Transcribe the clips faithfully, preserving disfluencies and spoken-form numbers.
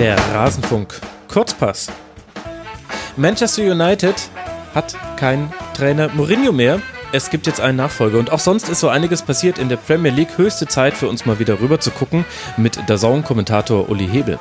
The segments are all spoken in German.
Der Rasenfunk Kurzpass. Manchester United hat keinen Trainer Mourinho mehr. Es gibt jetzt einen Nachfolger und auch sonst ist so einiges passiert in der Premier League. Höchste Zeit für uns mal wieder rüber zu gucken mit D A Z N-Kommentator Uli Hebel.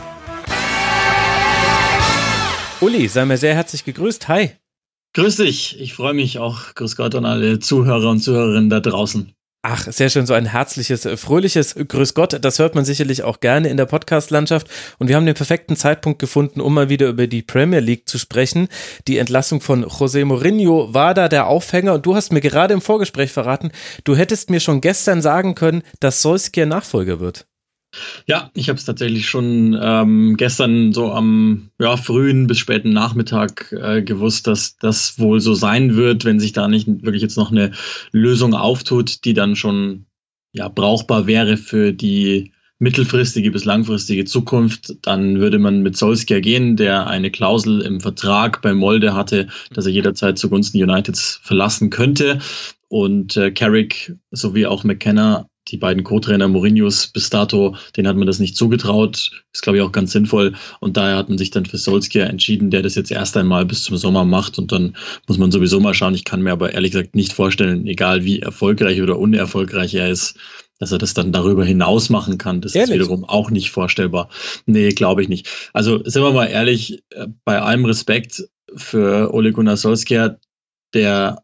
Uli, sei mir sehr herzlich gegrüßt. Hi. Grüß dich. Ich freue mich auch. Grüß Gott an alle Zuhörer und Zuhörerinnen da draußen. Ach, sehr schön, so ein herzliches, fröhliches Grüß Gott, das hört man sicherlich auch gerne in der Podcast-Landschaft und wir haben den perfekten Zeitpunkt gefunden, um mal wieder über die Premier League zu sprechen. Die Entlassung von José Mourinho war da der Aufhänger und du hast mir gerade im Vorgespräch verraten, du hättest mir schon gestern sagen können, dass Solskjaer Nachfolger wird. Ja, ich habe es tatsächlich schon ähm, gestern so am ja, frühen bis späten Nachmittag äh, gewusst, dass das wohl so sein wird, wenn sich da nicht wirklich jetzt noch eine Lösung auftut, die dann schon ja, brauchbar wäre für die mittelfristige bis langfristige Zukunft. Dann würde man mit Solskjaer gehen, der eine Klausel im Vertrag bei Molde hatte, dass er jederzeit zugunsten Uniteds verlassen könnte. Und äh, Carrick sowie auch McKenna, die beiden Co-Trainer Mourinhos bis dato, denen hat man das nicht zugetraut. Ist, glaube ich, auch ganz sinnvoll. Und daher hat man sich dann für Solskjaer entschieden, der das jetzt erst einmal bis zum Sommer macht. Und dann muss man sowieso mal schauen. Ich kann mir aber ehrlich gesagt nicht vorstellen, egal wie erfolgreich oder unerfolgreich er ist, dass er das dann darüber hinaus machen kann. Das ehrlich? Ist wiederum auch nicht vorstellbar. Nee, glaube ich nicht. Also sind wir mal ehrlich, bei allem Respekt für Ole Gunnar Solskjaer, der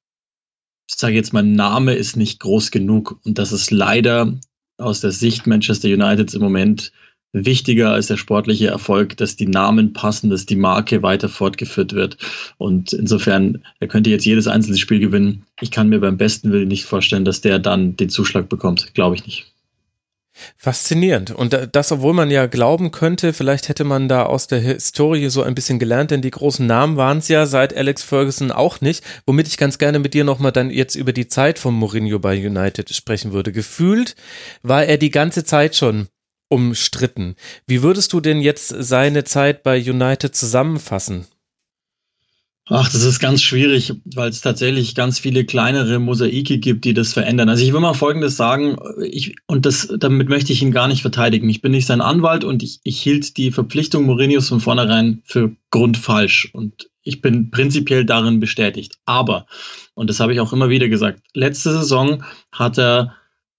ich sage jetzt mal, Name ist nicht groß genug und das ist leider aus der Sicht Manchester Uniteds im Moment wichtiger als der sportliche Erfolg, dass die Namen passen, dass die Marke weiter fortgeführt wird und insofern, er könnte jetzt jedes einzelne Spiel gewinnen. Ich kann mir beim besten Willen nicht vorstellen, dass der dann den Zuschlag bekommt, glaube ich nicht. Faszinierend. Und das, obwohl man ja glauben könnte, vielleicht hätte man da aus der Historie so ein bisschen gelernt, denn die großen Namen waren es ja seit Alex Ferguson auch nicht, womit ich ganz gerne mit dir nochmal dann jetzt über die Zeit von Mourinho bei United sprechen würde. Gefühlt war er die ganze Zeit schon umstritten. Wie würdest du denn jetzt seine Zeit bei United zusammenfassen? Ach, das ist ganz schwierig, weil es tatsächlich ganz viele kleinere Mosaike gibt, die das verändern. Also ich will mal Folgendes sagen, ich, und das, damit möchte ich ihn gar nicht verteidigen. Ich bin nicht sein Anwalt und ich, ich hielt die Verpflichtung Mourinhos von vornherein für grundfalsch und ich bin prinzipiell darin bestätigt. Aber, und das habe ich auch immer wieder gesagt, letzte Saison hat er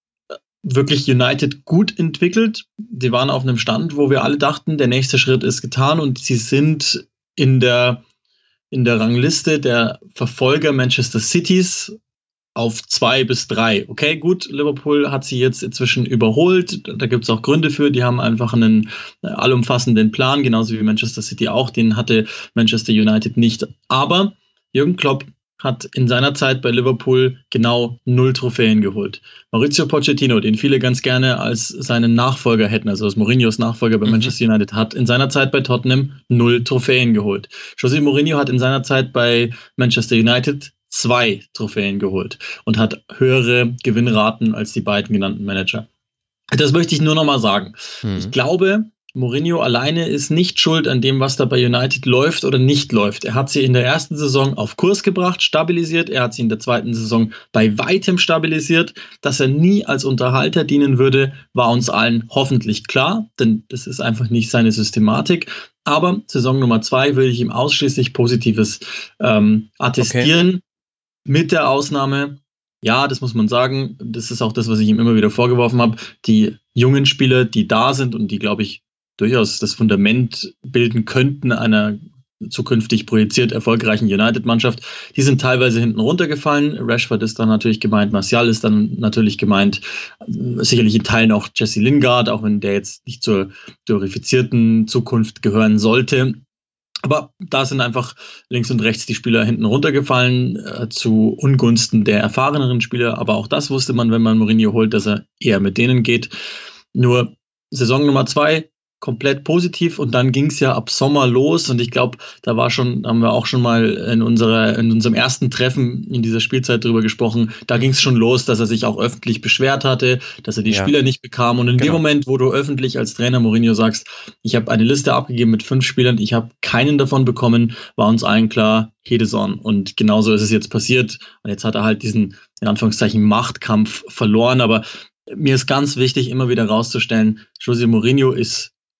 wirklich United gut entwickelt. Die waren auf einem Stand, wo wir alle dachten, der nächste Schritt ist getan und sie sind in der in der Rangliste der Verfolger Manchester Citys auf zwei bis drei. Okay, gut, Liverpool hat sie jetzt inzwischen überholt. Da gibt es auch Gründe für. Die haben einfach einen allumfassenden Plan, genauso wie Manchester City auch. Den hatte Manchester United nicht. Aber Jürgen Klopp hat in seiner Zeit bei Liverpool genau null Trophäen geholt. Mauricio Pochettino, den viele ganz gerne als seinen Nachfolger hätten, also als Mourinhos Nachfolger bei mhm. Manchester United, hat in seiner Zeit bei Tottenham null Trophäen geholt. José Mourinho hat in seiner Zeit bei Manchester United zwei Trophäen geholt und hat höhere Gewinnraten als die beiden genannten Manager. Das möchte ich nur noch mal sagen. Mhm. Ich glaube, Mourinho alleine ist nicht schuld an dem, was da bei United läuft oder nicht läuft. Er hat sie in der ersten Saison auf Kurs gebracht, stabilisiert. Er hat sie in der zweiten Saison bei weitem stabilisiert. Dass er nie als Unterhalter dienen würde, war uns allen hoffentlich klar, denn das ist einfach nicht seine Systematik. Aber Saison Nummer zwei würde ich ihm ausschließlich Positives ähm, attestieren. Okay. Mit der Ausnahme, ja, das muss man sagen, das ist auch das, was ich ihm immer wieder vorgeworfen habe, die jungen Spieler, die da sind und die, glaube ich, durchaus das Fundament bilden könnten einer zukünftig projiziert erfolgreichen United-Mannschaft. Die sind teilweise hinten runtergefallen. Rashford ist dann natürlich gemeint, Martial ist dann natürlich gemeint, sicherlich in Teilen auch Jesse Lingard, auch wenn der jetzt nicht zur glorifizierten Zukunft gehören sollte. Aber da sind einfach links und rechts die Spieler hinten runtergefallen, äh, zu Ungunsten der erfahreneren Spieler. Aber auch das wusste man, wenn man Mourinho holt, dass er eher mit denen geht. Nur Saison Nummer zwei, komplett positiv und dann ging es ja ab Sommer los und ich glaube, da war schon, haben wir auch schon mal in unserer, in unserem ersten Treffen in dieser Spielzeit drüber gesprochen, da ging es schon los, dass er sich auch öffentlich beschwert hatte, dass er die ja. Spieler nicht bekam und in genau. dem Moment, wo du öffentlich als Trainer Mourinho sagst, ich habe eine Liste abgegeben mit fünf Spielern, ich habe keinen davon bekommen, war uns allen klar, heat is on und genauso ist es jetzt passiert und jetzt hat er halt diesen, in Anführungszeichen, Machtkampf verloren, aber mir ist ganz wichtig, immer wieder rauszustellen, José Mourinho ist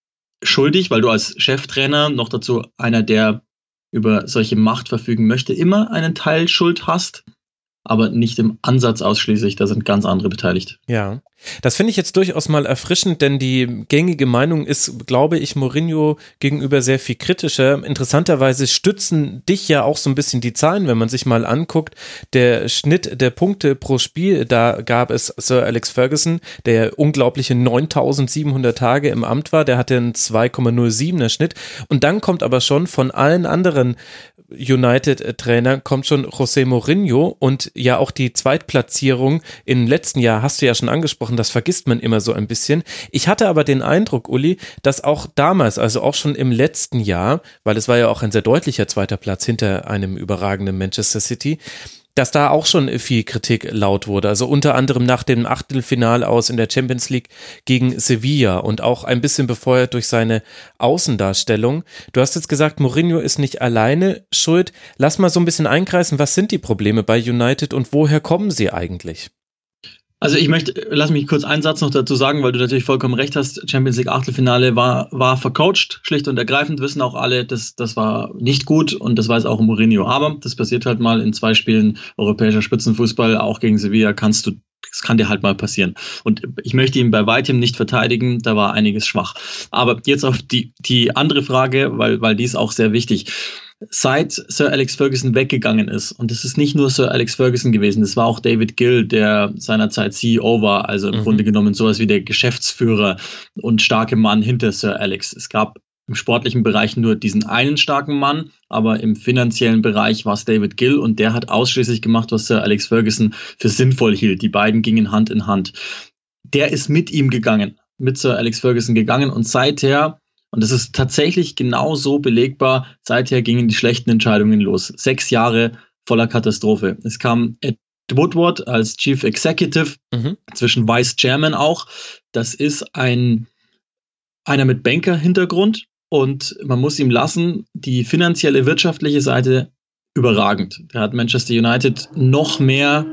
schuldig, weil du als Cheftrainer, noch dazu einer, der über solche Macht verfügen möchte, immer einen Teil Schuld hast, aber nicht im Ansatz ausschließlich, da sind ganz andere beteiligt. Ja, das finde ich jetzt durchaus mal erfrischend, denn die gängige Meinung ist, glaube ich, Mourinho gegenüber sehr viel kritischer. Interessanterweise stützen dich ja auch so ein bisschen die Zahlen, wenn man sich mal anguckt. Der Schnitt der Punkte pro Spiel, da gab es Sir Alex Ferguson, der unglaubliche neuntausendsiebenhundert Tage im Amt war, der hatte einen zwei Komma null siebener Schnitt und dann kommt aber schon von allen anderen United-Trainer kommt schon José Mourinho und ja auch die Zweitplatzierung im letzten Jahr hast du ja schon angesprochen, das vergisst man immer so ein bisschen. Ich hatte aber den Eindruck, Uli, dass auch damals, also auch schon im letzten Jahr, weil es war ja auch ein sehr deutlicher zweiter Platz hinter einem überragenden Manchester City, dass da auch schon viel Kritik laut wurde. Also unter anderem nach dem Achtelfinale aus in der Champions League gegen Sevilla und auch ein bisschen befeuert durch seine Außendarstellung. Du hast jetzt gesagt, Mourinho ist nicht alleine schuld. Lass mal so ein bisschen einkreisen, was sind die Probleme bei United und woher kommen sie eigentlich? Also ich möchte, lass mich kurz einen Satz noch dazu sagen, weil du natürlich vollkommen recht hast, Champions League Achtelfinale war, war vercoacht, schlicht und ergreifend, wissen auch alle, das, das war nicht gut und das weiß auch Mourinho, aber das passiert halt mal in zwei Spielen europäischer Spitzenfußball, auch gegen Sevilla kannst du, das kann dir halt mal passieren und ich möchte ihn bei weitem nicht verteidigen, da war einiges schwach. Aber jetzt auf die, die andere Frage, weil, weil die ist auch sehr wichtig. Seit Sir Alex Ferguson weggegangen ist, und es ist nicht nur Sir Alex Ferguson gewesen, es war auch David Gill, der seinerzeit C E O war, also im mhm. Grunde genommen sowas wie der Geschäftsführer und starke Mann hinter Sir Alex. Es gab im sportlichen Bereich nur diesen einen starken Mann, aber im finanziellen Bereich war es David Gill und der hat ausschließlich gemacht, was Sir Alex Ferguson für sinnvoll hielt. Die beiden gingen Hand in Hand. Der ist mit ihm gegangen, mit Sir Alex Ferguson gegangen und seither, und das ist tatsächlich genau so belegbar, seither gingen die schlechten Entscheidungen los. Sechs Jahre voller Katastrophe. Es kam Ed Woodward als Chief Executive, mhm. zwischen Vice Chairman auch. Das ist ein einer mit Banker-Hintergrund und man muss ihm lassen, die finanzielle, wirtschaftliche Seite überragend. Da hat Manchester United noch mehr.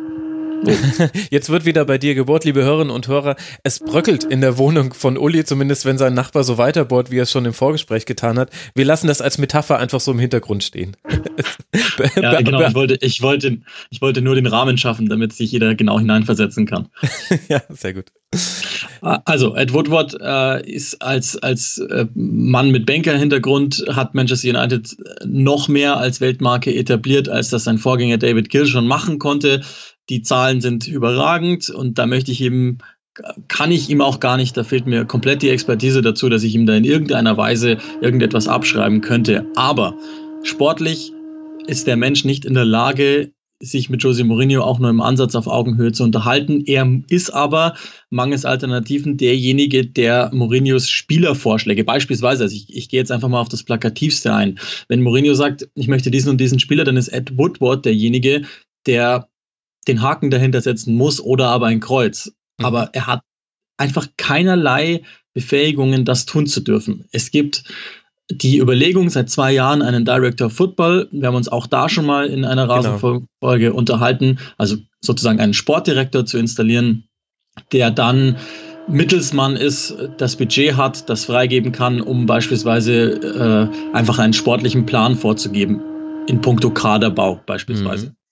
Oh. Jetzt wird wieder bei dir gebohrt, liebe Hörerinnen und Hörer. Es bröckelt in der Wohnung von Uli, zumindest wenn sein Nachbar so weiterbohrt, wie er es schon im Vorgespräch getan hat. Wir lassen das als Metapher einfach so im Hintergrund stehen. Ja, genau. Ich wollte, ich, wollte, ich wollte nur den Rahmen schaffen, damit sich jeder genau hineinversetzen kann. Ja, sehr gut. Also, Ed Woodward äh, ist als, als äh, Mann mit Banker-Hintergrund, hat Manchester United noch mehr als Weltmarke etabliert, als das sein Vorgänger David Gill schon machen konnte. Die Zahlen sind überragend und da möchte ich ihm, kann ich ihm auch gar nicht, da fehlt mir komplett die Expertise dazu, dass ich ihm da in irgendeiner Weise irgendetwas abschreiben könnte. Aber sportlich ist der Mensch nicht in der Lage, sich mit José Mourinho auch nur im Ansatz auf Augenhöhe zu unterhalten. Er ist aber mangels Alternativen derjenige, der Mourinhos Spielervorschläge, beispielsweise, also ich, ich gehe jetzt einfach mal auf das Plakativste ein. Wenn Mourinho sagt, ich möchte diesen und diesen Spieler, dann ist Ed Woodward derjenige, der den Haken dahinter setzen muss oder aber ein Kreuz. Mhm. Aber er hat einfach keinerlei Befähigungen, das tun zu dürfen. Es gibt die Überlegung seit zwei Jahren einen Director of Football. Wir haben uns auch da schon mal in einer Rasenfolge genau. unterhalten, also sozusagen einen Sportdirektor zu installieren, der dann Mittelsmann ist, das Budget hat, das freigeben kann, um beispielsweise äh, einfach einen sportlichen Plan vorzugeben, in puncto Kaderbau beispielsweise. Mhm.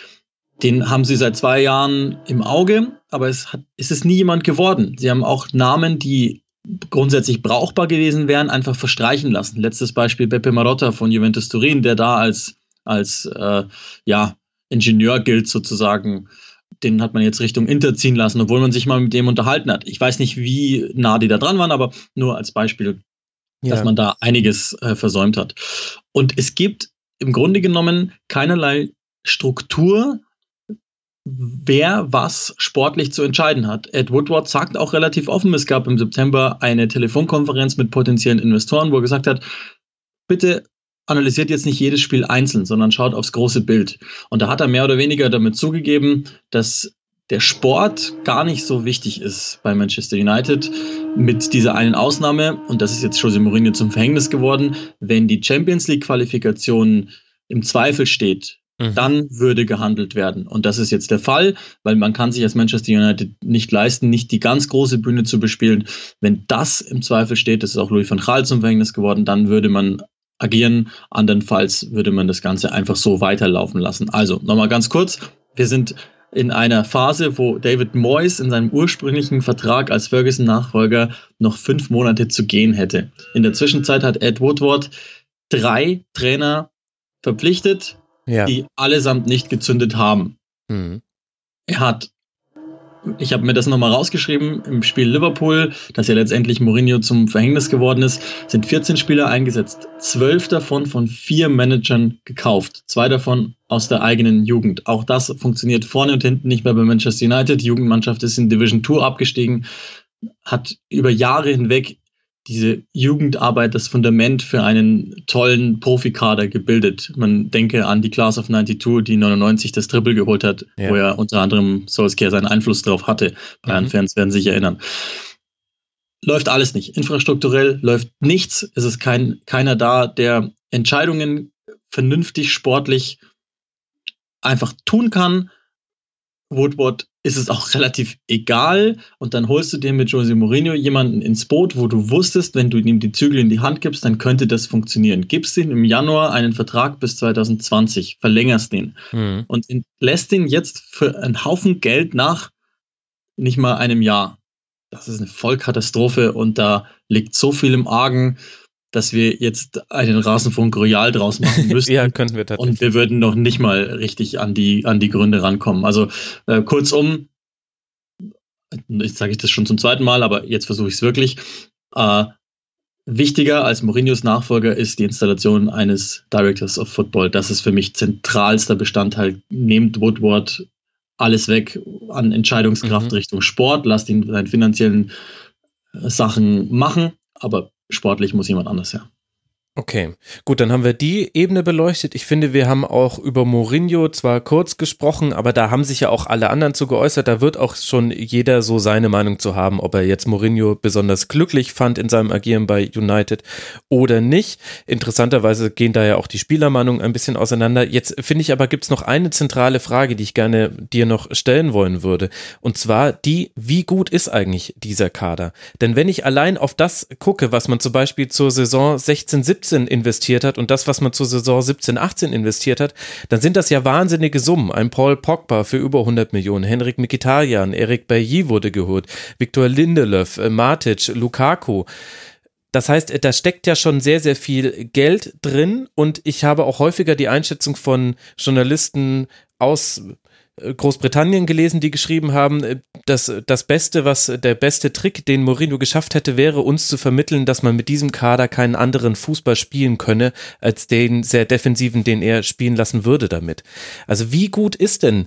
Den haben sie seit zwei Jahren im Auge, aber es, hat, es ist nie jemand geworden. Sie haben auch Namen, die grundsätzlich brauchbar gewesen wären, einfach verstreichen lassen. Letztes Beispiel Beppe Marotta von Juventus Turin, der da als, als äh, ja, Ingenieur gilt sozusagen. Den hat man jetzt Richtung Inter ziehen lassen, obwohl man sich mal mit dem unterhalten hat. Ich weiß nicht, wie nah die da dran waren, aber nur als Beispiel, ja. dass man da einiges äh, versäumt hat. Und es gibt im Grunde genommen keinerlei Struktur, wer was sportlich zu entscheiden hat. Ed Woodward sagt auch relativ offen, es gab im September eine Telefonkonferenz mit potenziellen Investoren, wo er gesagt hat, bitte analysiert jetzt nicht jedes Spiel einzeln, sondern schaut aufs große Bild. Und da hat er mehr oder weniger damit zugegeben, dass der Sport gar nicht so wichtig ist bei Manchester United, mit dieser einen Ausnahme, und das ist jetzt José Mourinho zum Verhängnis geworden, wenn die Champions League-Qualifikation im Zweifel steht, mhm. dann würde gehandelt werden. Und das ist jetzt der Fall, weil man kann sich als Manchester United nicht leisten, nicht die ganz große Bühne zu bespielen. Wenn das im Zweifel steht, das ist auch Louis van Gaal zum Verhängnis geworden, dann würde man agieren. Andernfalls würde man das Ganze einfach so weiterlaufen lassen. Also nochmal ganz kurz, wir sind in einer Phase, wo David Moyes in seinem ursprünglichen Vertrag als Ferguson-Nachfolger noch fünf Monate zu gehen hätte. In der Zwischenzeit hat Ed Woodward drei Trainer verpflichtet, ja. die allesamt nicht gezündet haben. Mhm. Er hat, ich habe mir das nochmal rausgeschrieben, im Spiel Liverpool, das ja letztendlich Mourinho zum Verhängnis geworden ist, sind vierzehn Spieler eingesetzt. Zwölf davon von vier Managern gekauft. Zwei davon aus der eigenen Jugend. Auch das funktioniert vorne und hinten nicht mehr bei Manchester United. Die Jugendmannschaft ist in Division zwei abgestiegen, hat über Jahre hinweg diese Jugendarbeit, das Fundament für einen tollen Profikader gebildet. Man denke an die Class of neunundneunzig, die neunundneunzig das Triple geholt hat, ja. wo er unter anderem Solskjaer seinen Einfluss drauf hatte. Bayern-Fans mhm. werden sich erinnern. Läuft alles nicht. Infrastrukturell läuft nichts. Es ist kein, keiner da, der Entscheidungen vernünftig, sportlich einfach tun kann. Woodward ist es auch relativ egal und dann holst du dir mit Jose Mourinho jemanden ins Boot, wo du wusstest, wenn du ihm die Zügel in die Hand gibst, dann könnte das funktionieren. Gibst ihm im Januar einen Vertrag bis zwanzig zwanzig, verlängerst den mhm. und lässt ihn jetzt für einen Haufen Geld nach nicht mal einem Jahr. Das ist eine Vollkatastrophe und da liegt so viel im Argen, dass wir jetzt einen Rasenfunk Royal draus machen müssen. Ja, könnten wir tatsächlich. Und wir würden noch nicht mal richtig an die, an die Gründe rankommen. Also äh, kurzum, jetzt sage ich das schon zum zweiten Mal, aber jetzt versuche ich es wirklich. Äh, wichtiger als Mourinhos Nachfolger ist die Installation eines Directors of Football. Das ist für mich zentralster Bestandteil. Nehmt Woodward alles weg an Entscheidungskraft mhm. Richtung Sport. Lasst ihn seine finanziellen Sachen machen, aber sportlich muss jemand anders her. Okay, gut, dann haben wir die Ebene beleuchtet. Ich finde, wir haben auch über Mourinho zwar kurz gesprochen, aber da haben sich ja auch alle anderen zu geäußert. Da wird auch schon jeder so seine Meinung zu haben, ob er jetzt Mourinho besonders glücklich fand in seinem Agieren bei United oder nicht. Interessanterweise gehen da ja auch die Spielermeinungen ein bisschen auseinander. Jetzt finde ich aber, gibt es noch eine zentrale Frage, die ich gerne dir noch stellen wollen würde. Und zwar die, wie gut ist eigentlich dieser Kader? Denn wenn ich allein auf das gucke, was man zum Beispiel zur Saison sechzehn siebzehn investiert hat und das, was man zur Saison siebzehn achtzehn investiert hat, dann sind das ja wahnsinnige Summen. Ein Paul Pogba für über hundert Millionen, Henrik Mkhitaryan, Eric Bailly wurde geholt, Victor Lindelöf, Matic, Lukaku. Das heißt, da steckt ja schon sehr, sehr viel Geld drin und ich habe auch häufiger die Einschätzung von Journalisten aus Großbritannien gelesen, die geschrieben haben, dass das Beste, was der beste Trick, den Mourinho geschafft hätte, wäre, uns zu vermitteln, dass man mit diesem Kader keinen anderen Fußball spielen könne, als den sehr defensiven, den er spielen lassen würde damit. Also wie gut ist denn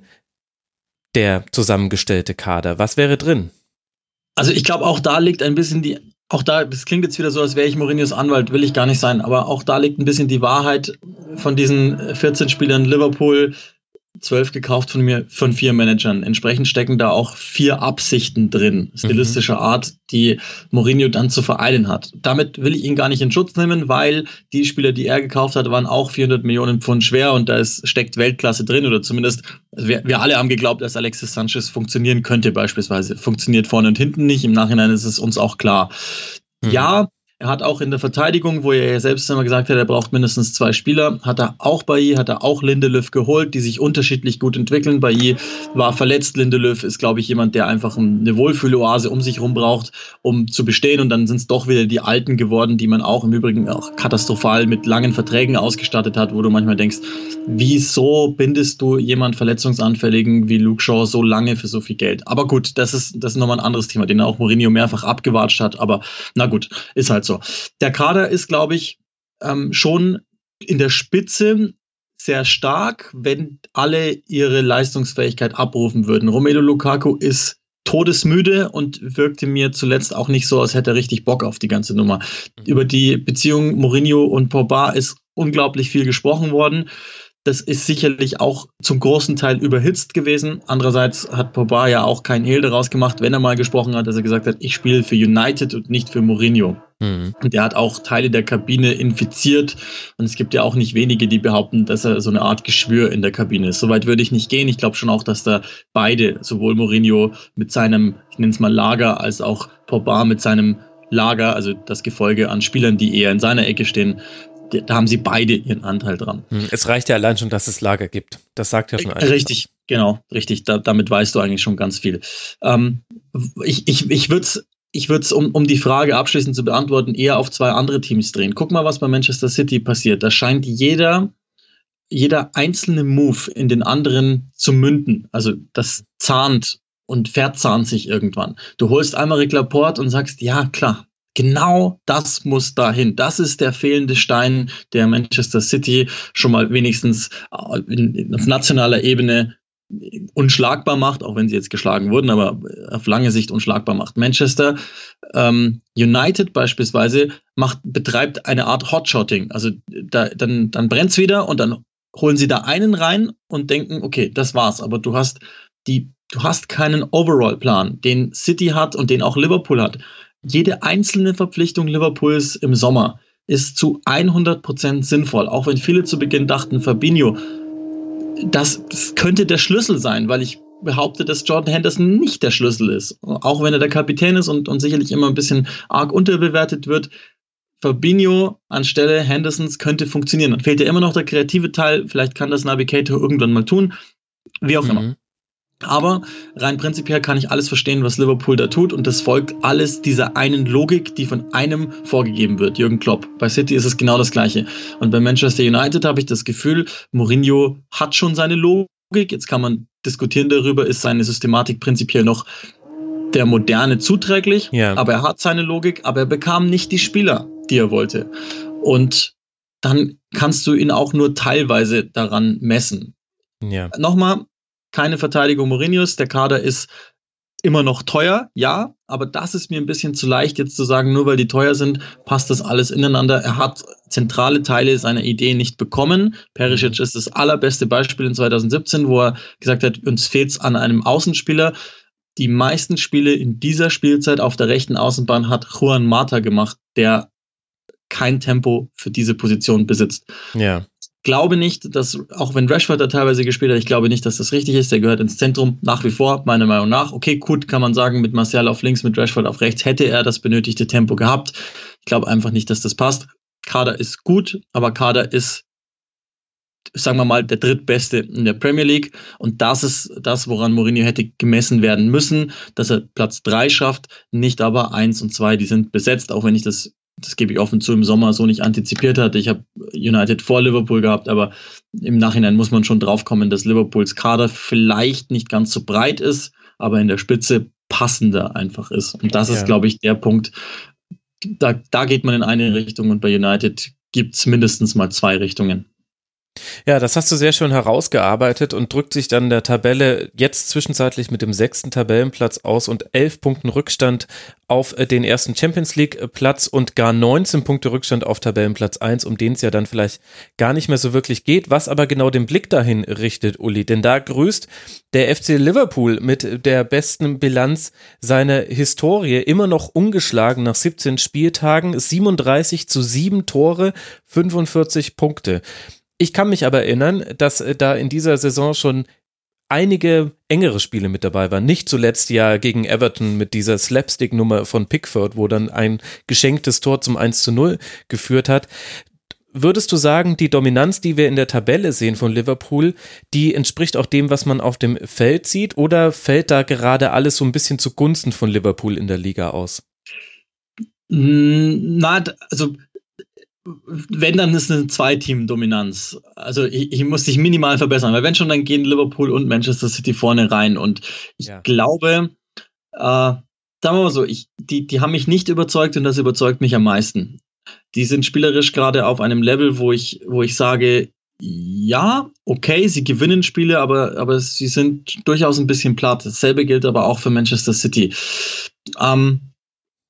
der zusammengestellte Kader? Was wäre drin? Also ich glaube, auch da liegt ein bisschen die, auch da, das klingt jetzt wieder so, als wäre ich Mourinhos Anwalt, will ich gar nicht sein, aber auch da liegt ein bisschen die Wahrheit von diesen vierzehn Spielern Liverpool, zwölf gekauft von mir, von vier Managern. Entsprechend stecken da auch vier Absichten drin, stilistischer Art, die Mourinho dann zu vereinen hat. Damit will ich ihn gar nicht in Schutz nehmen, weil die Spieler, die er gekauft hat, waren auch vierhundert Millionen Pfund schwer und da ist, steckt Weltklasse drin oder zumindest, also wir, wir alle haben geglaubt, dass Alexis Sanchez funktionieren könnte beispielsweise. Funktioniert vorne und hinten nicht, im Nachhinein ist es uns auch klar. Mhm. Ja, er hat auch in der Verteidigung, wo er ja selbst immer gesagt hat, er braucht mindestens zwei Spieler, hat er auch Bailly, hat er auch Lindelöf geholt, die sich unterschiedlich gut entwickeln. Bailly war verletzt, Lindelöf ist, glaube ich, jemand, der einfach eine Wohlfühloase um sich rum braucht, um zu bestehen. Und dann sind es doch wieder die Alten geworden, die man auch im Übrigen auch katastrophal mit langen Verträgen ausgestattet hat, wo du manchmal denkst, wieso bindest du jemand Verletzungsanfälligen wie Luke Shaw so lange für so viel Geld? Aber gut, das ist, das ist nochmal ein anderes Thema, den auch Mourinho mehrfach abgewatscht hat. Aber na gut, ist halt so. Der Kader ist, glaube ich, ähm, schon in der Spitze sehr stark, wenn alle ihre Leistungsfähigkeit abrufen würden. Romelu Lukaku ist todesmüde und wirkte mir zuletzt auch nicht so, als hätte er richtig Bock auf die ganze Nummer. Mhm. Über die Beziehung Mourinho und Pogba ist unglaublich viel gesprochen worden. Das ist sicherlich auch zum großen Teil überhitzt gewesen. Andererseits hat Pogba ja auch kein Hehl daraus gemacht, wenn er mal gesprochen hat, dass er gesagt hat, ich spiele für United und nicht für Mourinho. Mhm. Und er hat auch Teile der Kabine infiziert. Und es gibt ja auch nicht wenige, die behaupten, dass er so eine Art Geschwür in der Kabine ist. Soweit würde ich nicht gehen. Ich glaube schon auch, dass da beide, sowohl Mourinho mit seinem, ich nenne es mal Lager, als auch Pogba mit seinem Lager, also das Gefolge an Spielern, die eher in seiner Ecke stehen, da haben sie beide ihren Anteil dran. Es reicht ja allein schon, dass es Lager gibt. Das sagt ja schon alles. Richtig, genau, richtig. Da, damit weißt du eigentlich schon ganz viel. Ähm, ich ich, ich würde es, ich würd's, um, um die Frage abschließend zu beantworten, eher auf zwei andere Teams drehen. Guck mal, was bei Manchester City passiert. Da scheint jeder, jeder einzelne Move in den anderen zu münden. Also das zahnt und verzahnt sich irgendwann. Du holst Aymeric Laporte und sagst, ja, klar, genau das muss dahin. Das ist der fehlende Stein, der Manchester City schon mal wenigstens auf nationaler Ebene unschlagbar macht, auch wenn sie jetzt geschlagen wurden, aber auf lange Sicht unschlagbar macht. Manchester ähm, United beispielsweise macht, betreibt eine Art Hotshotting. Also da, dann, dann brennt es wieder und dann holen sie da einen rein und denken, okay, das war's. Aber du hast die, du hast keinen Overall-Plan, den City hat und den auch Liverpool hat. Jede einzelne Verpflichtung Liverpools im Sommer ist zu hundert Prozent sinnvoll. Auch wenn viele zu Beginn dachten, Fabinho, das, das könnte der Schlüssel sein, weil ich behaupte, dass Jordan Henderson nicht der Schlüssel ist. Auch wenn er der Kapitän ist und, und sicherlich immer ein bisschen arg unterbewertet wird. Fabinho anstelle Hendersons könnte funktionieren. Dann fehlt ja immer noch der kreative Teil. Vielleicht kann das Navigator irgendwann mal tun. Wie auch mhm. immer. Aber rein prinzipiell kann ich alles verstehen, was Liverpool da tut und das folgt alles dieser einen Logik, die von einem vorgegeben wird, Jürgen Klopp. Bei City ist es genau das Gleiche. Und bei Manchester United habe ich das Gefühl, Mourinho hat schon seine Logik. Jetzt kann man diskutieren darüber, ist seine Systematik prinzipiell noch der Moderne zuträglich, ja. Aber er hat seine Logik, aber er bekam nicht die Spieler, die er wollte. Und dann kannst du ihn auch nur teilweise daran messen. Ja. Nochmal, keine Verteidigung Mourinhos, der Kader ist immer noch teuer, ja, aber das ist mir ein bisschen zu leicht, jetzt zu sagen, nur weil die teuer sind, passt das alles ineinander. Er hat zentrale Teile seiner Idee nicht bekommen. Perisic ist das allerbeste Beispiel in zwanzig siebzehn, wo er gesagt hat, uns fehlt es an einem Außenspieler. Die meisten Spiele in dieser Spielzeit auf der rechten Außenbahn hat Juan Mata gemacht, der kein Tempo für diese Position besitzt. Ja. Glaube nicht, dass, auch wenn Rashford da teilweise gespielt hat, ich glaube nicht, dass das richtig ist. Der gehört ins Zentrum nach wie vor, meiner Meinung nach. Okay, gut, kann man sagen, mit Martial auf links, mit Rashford auf rechts hätte er das benötigte Tempo gehabt. Ich glaube einfach nicht, dass das passt. Kader ist gut, aber Kader ist, sagen wir mal, der drittbeste in der Premier League. Und das ist das, woran Mourinho hätte gemessen werden müssen, dass er Platz drei schafft, nicht aber eins und zwei, die sind besetzt, auch wenn ich das Das gebe ich offen zu, im Sommer so nicht antizipiert hatte. Ich habe United vor Liverpool gehabt, aber im Nachhinein muss man schon drauf kommen, dass Liverpools Kader vielleicht nicht ganz so breit ist, aber in der Spitze passender einfach ist. Und das ja. ist, glaube ich, der Punkt, da, da geht man in eine Richtung und bei United gibt es mindestens mal zwei Richtungen. Ja, das hast du sehr schön herausgearbeitet und drückt sich dann der Tabelle jetzt zwischenzeitlich mit dem sechsten Tabellenplatz aus und elf Punkten Rückstand auf den ersten Champions-League-Platz und gar neunzehn Punkte Rückstand auf Tabellenplatz eins, um den es ja dann vielleicht gar nicht mehr so wirklich geht, was aber genau den Blick dahin richtet, Uli, denn da grüßt der F C Liverpool mit der besten Bilanz seiner Historie, immer noch ungeschlagen nach siebzehn Spieltagen, siebenunddreißig zu sieben Tore, fünfundvierzig Punkte. Ich kann mich aber erinnern, dass da in dieser Saison schon einige engere Spiele mit dabei waren. Nicht zuletzt ja gegen Everton mit dieser Slapstick-Nummer von Pickford, wo dann ein geschenktes Tor zum eins zu null geführt hat. Würdest du sagen, die Dominanz, die wir in der Tabelle sehen von Liverpool, die entspricht auch dem, was man auf dem Feld sieht? Oder fällt da gerade alles so ein bisschen zugunsten von Liverpool in der Liga aus? Na, also wenn, dann ist eine Zwei-Team-Dominanz. Also ich, ich muss dich minimal verbessern, weil wenn schon, dann gehen Liverpool und Manchester City vorne rein. Und ich ja. glaube, äh, sagen wir mal so, ich, die, die haben mich nicht überzeugt und das überzeugt mich am meisten. Die sind spielerisch gerade auf einem Level, wo ich, wo ich sage, ja, okay, sie gewinnen Spiele, aber, aber sie sind durchaus ein bisschen platt. Dasselbe gilt aber auch für Manchester City. Ähm,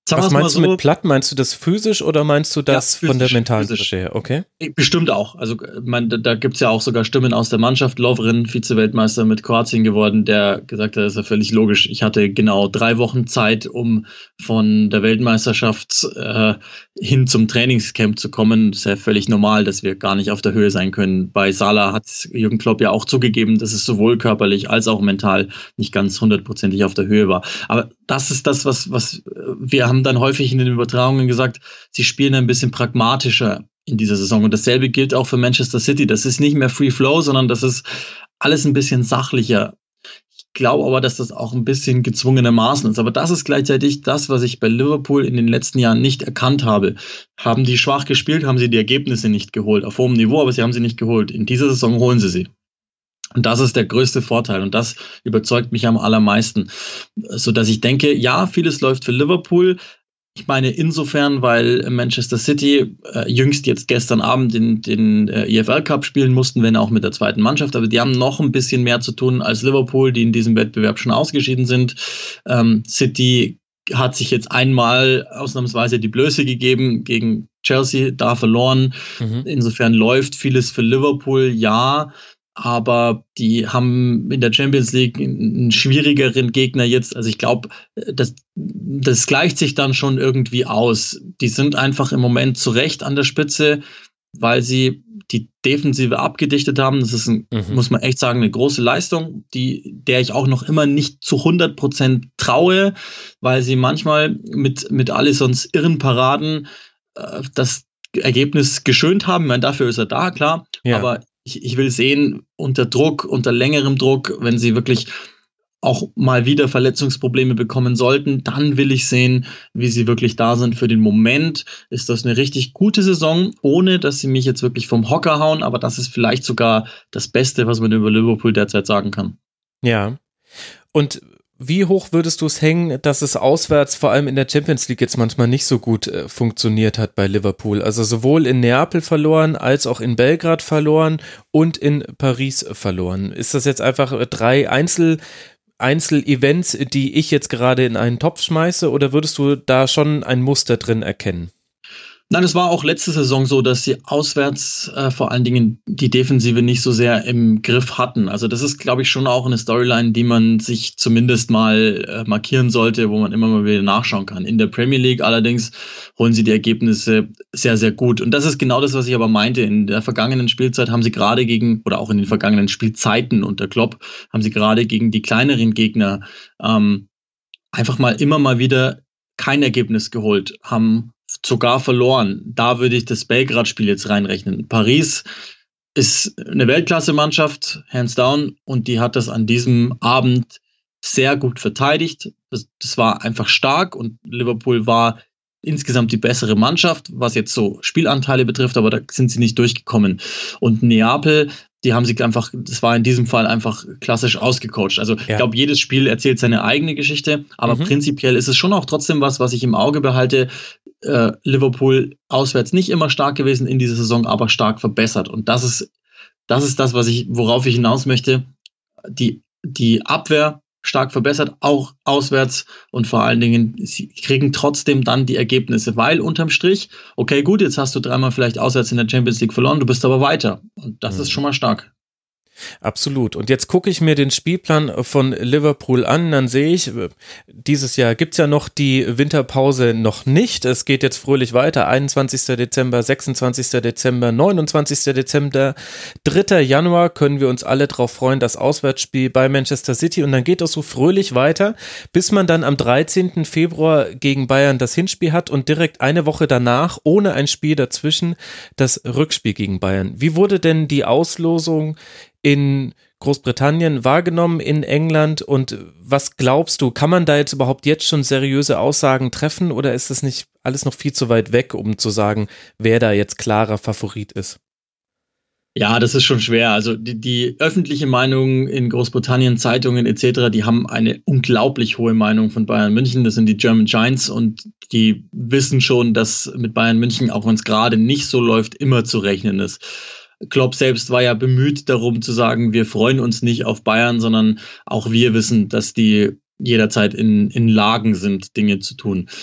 Was meinst du so, mit platt? Meinst du das physisch oder meinst du das ja, physisch, von der mentalen Seite her? Okay. Bestimmt auch. Also man, da gibt es ja auch sogar Stimmen aus der Mannschaft. Lovren, Vize-Weltmeister mit Kroatien geworden, der gesagt hat, das ist ja völlig logisch. Ich hatte genau drei Wochen Zeit, um von der Weltmeisterschaft äh, hin zum Trainingscamp zu kommen. Das ist ja völlig normal, dass wir gar nicht auf der Höhe sein können. Bei Salah hat Jürgen Klopp ja auch zugegeben, dass es sowohl körperlich als auch mental nicht ganz hundertprozentig auf der Höhe war. Aber das ist das, was, was wir haben dann häufig in den Übertragungen gesagt, sie spielen ein bisschen pragmatischer in dieser Saison. Und dasselbe gilt auch für Manchester City. Das ist nicht mehr Free Flow, sondern das ist alles ein bisschen sachlicher. Ich glaube aber, dass das auch ein bisschen gezwungenermaßen ist. Aber das ist gleichzeitig das, was ich bei Liverpool in den letzten Jahren nicht erkannt habe. Haben die schwach gespielt, haben sie die Ergebnisse nicht geholt. Auf hohem Niveau, aber sie haben sie nicht geholt. In dieser Saison holen sie sie. Und das ist der größte Vorteil und das überzeugt mich am allermeisten, so dass ich denke, ja, vieles läuft für Liverpool. Ich meine insofern, weil Manchester City äh, jüngst jetzt gestern Abend den, den äh, E F L Cup spielen mussten, wenn auch mit der zweiten Mannschaft, aber die haben noch ein bisschen mehr zu tun als Liverpool, die in diesem Wettbewerb schon ausgeschieden sind. Ähm, City hat sich jetzt einmal ausnahmsweise die Blöße gegeben gegen Chelsea, da verloren. Mhm. Insofern läuft vieles für Liverpool, ja. Aber die haben in der Champions League einen schwierigeren Gegner jetzt. Also ich glaube, das, das gleicht sich dann schon irgendwie aus. Die sind einfach im Moment zu Recht an der Spitze, weil sie die Defensive abgedichtet haben. Das ist, ein, mhm. muss man echt sagen, eine große Leistung, die, der ich auch noch immer nicht zu hundert Prozent traue, weil sie manchmal mit, mit Alissons irren Paraden äh, das Ergebnis geschönt haben. Ich meine, dafür ist er da, klar. Ja. Aber Ich, ich will sehen, unter Druck, unter längerem Druck, wenn sie wirklich auch mal wieder Verletzungsprobleme bekommen sollten, dann will ich sehen, wie sie wirklich da sind. Für den Moment ist das eine richtig gute Saison, ohne dass sie mich jetzt wirklich vom Hocker hauen, aber das ist vielleicht sogar das Beste, was man über Liverpool derzeit sagen kann. Ja, und wie hoch würdest du es hängen, dass es auswärts vor allem in der Champions League jetzt manchmal nicht so gut äh, funktioniert hat bei Liverpool? Also sowohl in Neapel verloren, als auch in Belgrad verloren und in Paris verloren. Ist das jetzt einfach drei Einzel- Einzel-Events, die ich jetzt gerade in einen Topf schmeiße, oder würdest du da schon ein Muster drin erkennen? Nein, es war auch letzte Saison so, dass sie auswärts äh, vor allen Dingen die Defensive nicht so sehr im Griff hatten. Also das ist, glaube ich, schon auch eine Storyline, die man sich zumindest mal äh, markieren sollte, wo man immer mal wieder nachschauen kann. In der Premier League allerdings holen sie die Ergebnisse sehr, sehr gut. Und das ist genau das, was ich aber meinte. In der vergangenen Spielzeit haben sie gerade gegen, oder auch in den vergangenen Spielzeiten unter Klopp, haben sie gerade gegen die kleineren Gegner ähm, einfach mal immer mal wieder kein Ergebnis geholt, haben sogar verloren. Da würde ich das Belgrad-Spiel jetzt reinrechnen. Paris ist eine Weltklasse-Mannschaft, hands down, und die hat das an diesem Abend sehr gut verteidigt. Das, das war einfach stark und Liverpool war insgesamt die bessere Mannschaft, was jetzt so Spielanteile betrifft, aber da sind sie nicht durchgekommen. Und Neapel, die haben sich einfach, das war in diesem Fall einfach klassisch ausgecoacht. Also ja. Ich glaube, jedes Spiel erzählt seine eigene Geschichte, aber mhm. prinzipiell ist es schon auch trotzdem was, was ich im Auge behalte. Äh, Liverpool auswärts nicht immer stark gewesen in dieser Saison, aber stark verbessert. Und das ist, das ist das, was ich, worauf ich hinaus möchte. Die, die Abwehr stark verbessert, auch auswärts, und vor allen Dingen, sie kriegen trotzdem dann die Ergebnisse, weil unterm Strich, okay, gut, jetzt hast du dreimal vielleicht auswärts in der Champions League verloren, du bist aber weiter, und das mhm. ist schon mal stark. Absolut. Und jetzt gucke ich mir den Spielplan von Liverpool an, dann sehe ich, dieses Jahr gibt es ja noch die Winterpause noch nicht. Es geht jetzt fröhlich weiter. einundzwanzigster Dezember, sechsundzwanzigster Dezember, neunundzwanzigster Dezember, dritter Januar können wir uns alle drauf freuen, das Auswärtsspiel bei Manchester City, und dann geht es so fröhlich weiter, bis man dann am dreizehnten Februar gegen Bayern das Hinspiel hat und direkt eine Woche danach, ohne ein Spiel dazwischen, das Rückspiel gegen Bayern. Wie wurde denn die Auslosung in Großbritannien wahrgenommen, in England, und was glaubst du, kann man da jetzt überhaupt jetzt schon seriöse Aussagen treffen, oder ist das nicht alles noch viel zu weit weg, um zu sagen, wer da jetzt klarer Favorit ist? Ja, das ist schon schwer. Also die, die öffentliche Meinung in Großbritannien, Zeitungen et cetera, die haben eine unglaublich hohe Meinung von Bayern München. Das sind die German Giants, und die wissen schon, dass mit Bayern München, auch wenn es gerade nicht so läuft, immer zu rechnen ist. Klopp selbst war ja bemüht darum zu sagen, wir freuen uns nicht auf Bayern, sondern auch wir wissen, dass die jederzeit in, in Lagen sind, Dinge zu tun.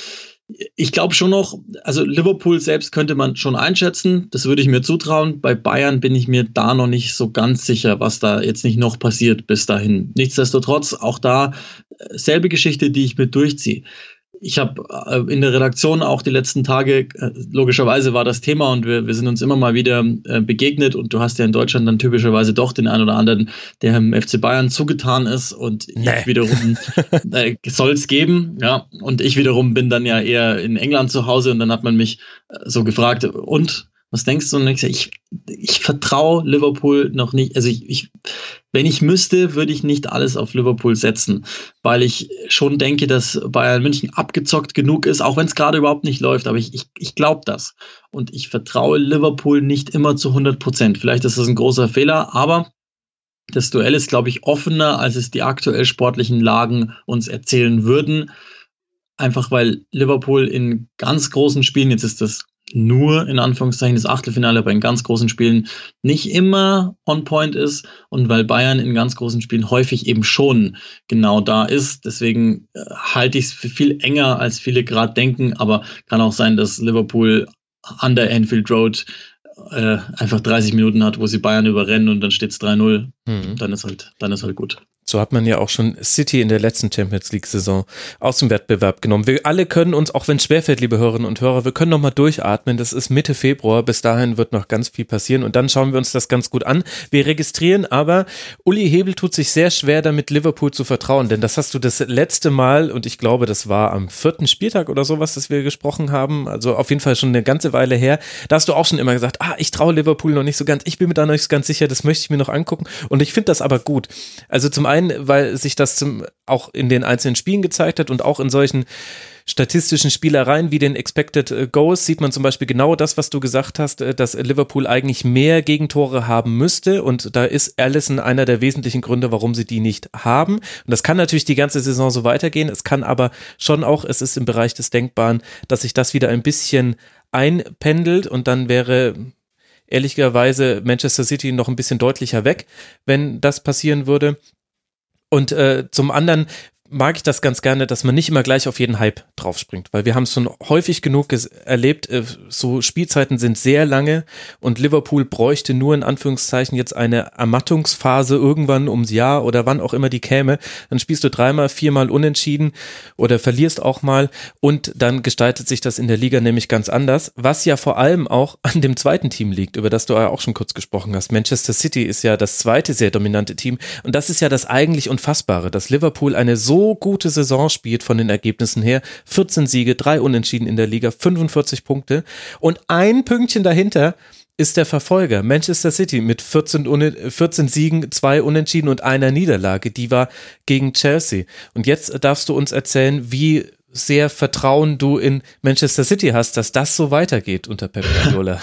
Ich glaube schon noch, also Liverpool selbst könnte man schon einschätzen, das würde ich mir zutrauen. Bei Bayern bin ich mir da noch nicht so ganz sicher, was da jetzt nicht noch passiert bis dahin. Nichtsdestotrotz, auch da selbe Geschichte, die ich mit durchziehe. Ich habe äh, in der Redaktion auch die letzten Tage, äh, logischerweise war das Thema und wir, wir sind uns immer mal wieder äh, begegnet und du hast ja in Deutschland dann typischerweise doch den einen oder anderen, der im F C Bayern zugetan ist und nee. ich wiederum äh, soll es geben, ja, und ich wiederum bin dann ja eher in England zu Hause und dann hat man mich äh, so gefragt, und was denkst du? Und ich, ich, ich vertraue Liverpool noch nicht. Also ich, ich, wenn ich müsste, würde ich nicht alles auf Liverpool setzen, weil ich schon denke, dass Bayern München abgezockt genug ist, auch wenn es gerade überhaupt nicht läuft. Aber ich, ich, ich glaube das. Und ich vertraue Liverpool nicht immer zu hundert Prozent. Vielleicht ist das ein großer Fehler, aber das Duell ist, glaube ich, offener, als es die aktuell sportlichen Lagen uns erzählen würden. Einfach weil Liverpool in ganz großen Spielen, jetzt ist das nur in Anführungszeichen das Achtelfinale, aber in ganz großen Spielen nicht immer on point ist und weil Bayern in ganz großen Spielen häufig eben schon genau da ist. Deswegen äh, halte ich es für viel enger, als viele gerade denken, aber kann auch sein, dass Liverpool an der Anfield Road äh, einfach dreißig Minuten hat, wo sie Bayern überrennen und dann steht es drei null. Mhm. Dann ist halt, dann ist halt gut. So hat man ja auch schon City in der letzten Champions-League-Saison aus dem Wettbewerb genommen. Wir alle können uns, auch wenn es schwerfällt, liebe Hörerinnen und Hörer, wir können noch mal durchatmen. Das ist Mitte Februar. Bis dahin wird noch ganz viel passieren und dann schauen wir uns das ganz gut an. Wir registrieren aber, Uli Hebel tut sich sehr schwer damit, Liverpool zu vertrauen, denn das hast du das letzte Mal, und ich glaube, das war am vierten Spieltag oder sowas, dass wir gesprochen haben, also auf jeden Fall schon eine ganze Weile her. Da hast du auch schon immer gesagt, ah, ich traue Liverpool noch nicht so ganz, ich bin mir da noch nicht so ganz sicher, das möchte ich mir noch angucken und ich finde das aber gut. Also zum einen, weil sich das zum, auch in den einzelnen Spielen gezeigt hat und auch in solchen statistischen Spielereien wie den Expected Goals sieht man zum Beispiel genau das, was du gesagt hast, dass Liverpool eigentlich mehr Gegentore haben müsste und da ist Alisson einer der wesentlichen Gründe, warum sie die nicht haben. Und das kann natürlich die ganze Saison so weitergehen, es kann aber schon auch, es ist im Bereich des Denkbaren, dass sich das wieder ein bisschen einpendelt und dann wäre ehrlicherweise Manchester City noch ein bisschen deutlicher weg, wenn das passieren würde. Und äh, zum anderen mag ich das ganz gerne, dass man nicht immer gleich auf jeden Hype draufspringt, weil wir haben es schon häufig genug ges- erlebt, äh, so Spielzeiten sind sehr lange und Liverpool bräuchte nur in Anführungszeichen jetzt eine Ermattungsphase irgendwann ums Jahr oder wann auch immer die käme, dann spielst du dreimal, viermal unentschieden oder verlierst auch mal und dann gestaltet sich das in der Liga nämlich ganz anders, was ja vor allem auch an dem zweiten Team liegt, über das du ja auch schon kurz gesprochen hast. Manchester City ist ja das zweite sehr dominante Team und das ist ja das eigentlich Unfassbare, dass Liverpool eine so gute Saison spielt von den Ergebnissen her. vierzehn Siege, drei Unentschieden in der Liga, fünfundvierzig Punkte und ein Pünktchen dahinter ist der Verfolger Manchester City mit vierzehn, Un- vierzehn Siegen, zwei Unentschieden und einer Niederlage. Die war gegen Chelsea. Und jetzt darfst du uns erzählen, wie sehr Vertrauen du in Manchester City hast, dass das so weitergeht unter Pep Guardiola.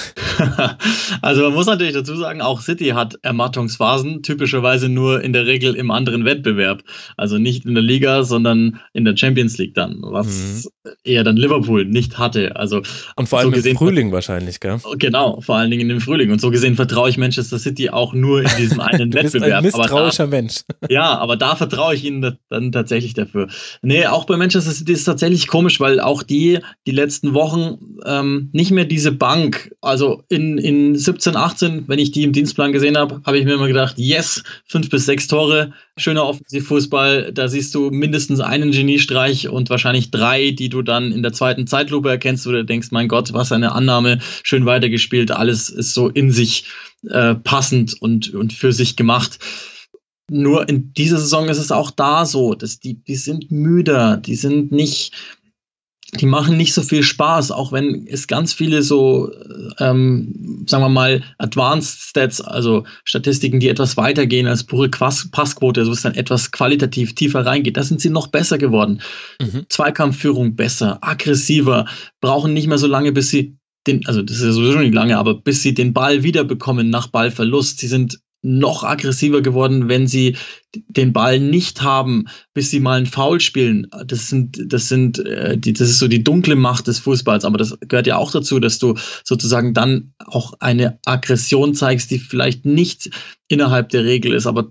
Also man muss natürlich dazu sagen, auch City hat Ermattungsphasen, typischerweise nur in der Regel im anderen Wettbewerb. Also nicht in der Liga, sondern in der Champions League dann, was mhm. eher dann Liverpool nicht hatte. Also und vor allem so gesehen, im Frühling wahrscheinlich, gell? Genau, vor allen Dingen im Frühling. Und so gesehen vertraue ich Manchester City auch nur in diesem einen du Wettbewerb. Bist ein misstrauischer aber da, Mensch. Ja, aber da vertraue ich ihnen dann tatsächlich dafür. Nee, auch bei Manchester City ist es tatsächlich komisch, weil auch die die letzten Wochen ähm, nicht mehr diese Bank, also in, in siebzehn, achtzehn, wenn ich die im Dienstplan gesehen habe, habe ich mir immer gedacht, yes, fünf bis sechs Tore, schöner Offensivfußball, da siehst du mindestens einen Geniestreich und wahrscheinlich drei, die du dann in der zweiten Zeitlupe erkennst, wo du denkst, mein Gott, was eine Annahme, schön weitergespielt, alles ist so in sich äh, passend und, und für sich gemacht. Nur in dieser Saison ist es auch da so, dass die, die sind müder, die sind nicht, die machen nicht so viel Spaß, auch wenn es ganz viele so, ähm, sagen wir mal, Advanced Stats, also Statistiken, die etwas weitergehen als pure Quas- Passquote, also es dann etwas qualitativ tiefer reingeht, da sind sie noch besser geworden. Mhm. Zweikampfführung besser, aggressiver, brauchen nicht mehr so lange, bis sie den, also das ist ja sowieso nicht lange, aber bis sie den Ball wiederbekommen nach Ballverlust. Sie sind noch aggressiver geworden, wenn sie den Ball nicht haben, bis sie mal einen Foul spielen. Das sind, das sind, äh, die, das ist so die dunkle Macht des Fußballs. Aber das gehört ja auch dazu, dass du sozusagen dann auch eine Aggression zeigst, die vielleicht nicht innerhalb der Regel ist, aber du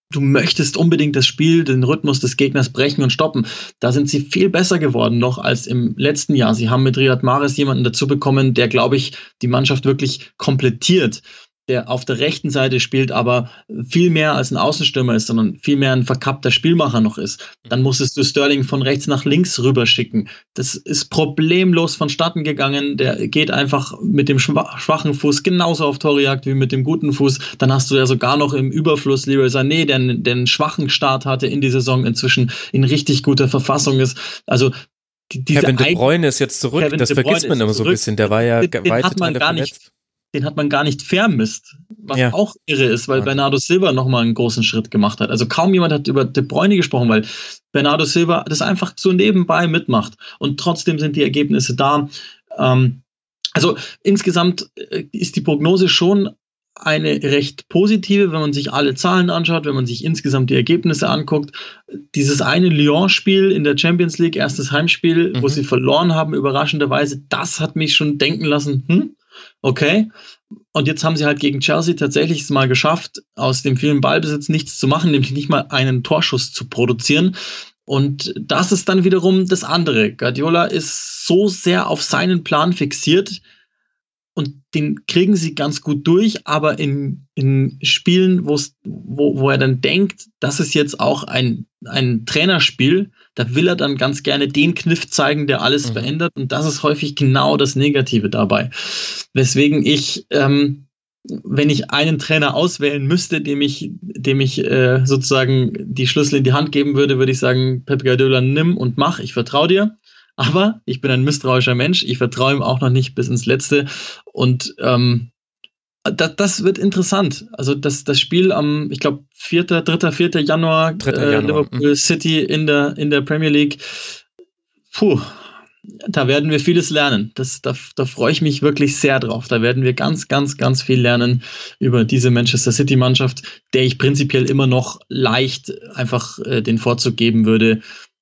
du möchtest unbedingt das Spiel, den Rhythmus des Gegners brechen und stoppen. Da sind sie viel besser geworden noch als im letzten Jahr. Sie haben mit Riyad Mahrez jemanden dazu bekommen, der, glaube ich, die Mannschaft wirklich komplettiert, der auf der rechten Seite spielt, aber viel mehr als ein Außenstürmer ist, sondern viel mehr ein verkappter Spielmacher noch ist. Dann musstest du Sterling von rechts nach links rüberschicken. Das ist problemlos vonstatten gegangen. Der geht einfach mit dem schwachen Fuß genauso auf Torejagd wie mit dem guten Fuß. Dann hast du ja sogar noch im Überfluss Leroy Sané, der, der einen schwachen Start hatte in die Saison, inzwischen in richtig guter Verfassung ist. Also die, Kevin De Bruyne ist jetzt zurück. Kevin das vergisst man immer so ein bisschen. Der war ja weite Teile verletzt. Den hat man gar nicht vermisst, was ja auch irre ist, weil ja. Bernardo Silva nochmal einen großen Schritt gemacht hat. Also kaum jemand hat über De Bruyne gesprochen, weil Bernardo Silva das einfach so nebenbei mitmacht. Und trotzdem sind die Ergebnisse da. Ähm, also insgesamt ist die Prognose schon eine recht positive, wenn man sich alle Zahlen anschaut, wenn man sich insgesamt die Ergebnisse anguckt. Dieses eine Lyon-Spiel in der Champions League, erstes Heimspiel, mhm. wo sie verloren haben, überraschenderweise, das hat mich schon denken lassen, hm, okay, und jetzt haben sie halt gegen Chelsea tatsächlich es mal geschafft, aus dem vielen Ballbesitz nichts zu machen, nämlich nicht mal einen Torschuss zu produzieren. Und das ist dann wiederum das andere. Guardiola ist so sehr auf seinen Plan fixiert und den kriegen sie ganz gut durch, aber in, in Spielen, wo, wo er dann denkt, das ist jetzt auch ein, ein Trainerspiel, da will er dann ganz gerne den Kniff zeigen, der alles mhm. verändert, und das ist häufig genau das Negative dabei. Weswegen ich, ähm, wenn ich einen Trainer auswählen müsste, dem ich, dem ich äh, sozusagen die Schlüssel in die Hand geben würde, würde ich sagen, Pep Guardiola, nimm und mach, ich vertraue dir. Aber ich bin ein misstrauischer Mensch, ich vertraue ihm auch noch nicht bis ins Letzte, und ähm, das, das wird interessant. Also das, das Spiel am, ich glaube, vierter, dritter, vierter Januar, dritter Januar. Äh, Liverpool mhm. City in der, in der Premier League. Puh, da werden wir vieles lernen. Das, da, da freue ich mich wirklich sehr drauf. Da werden wir ganz, ganz, ganz viel lernen über diese Manchester City-Mannschaft, der ich prinzipiell immer noch leicht einfach äh, den Vorzug geben würde,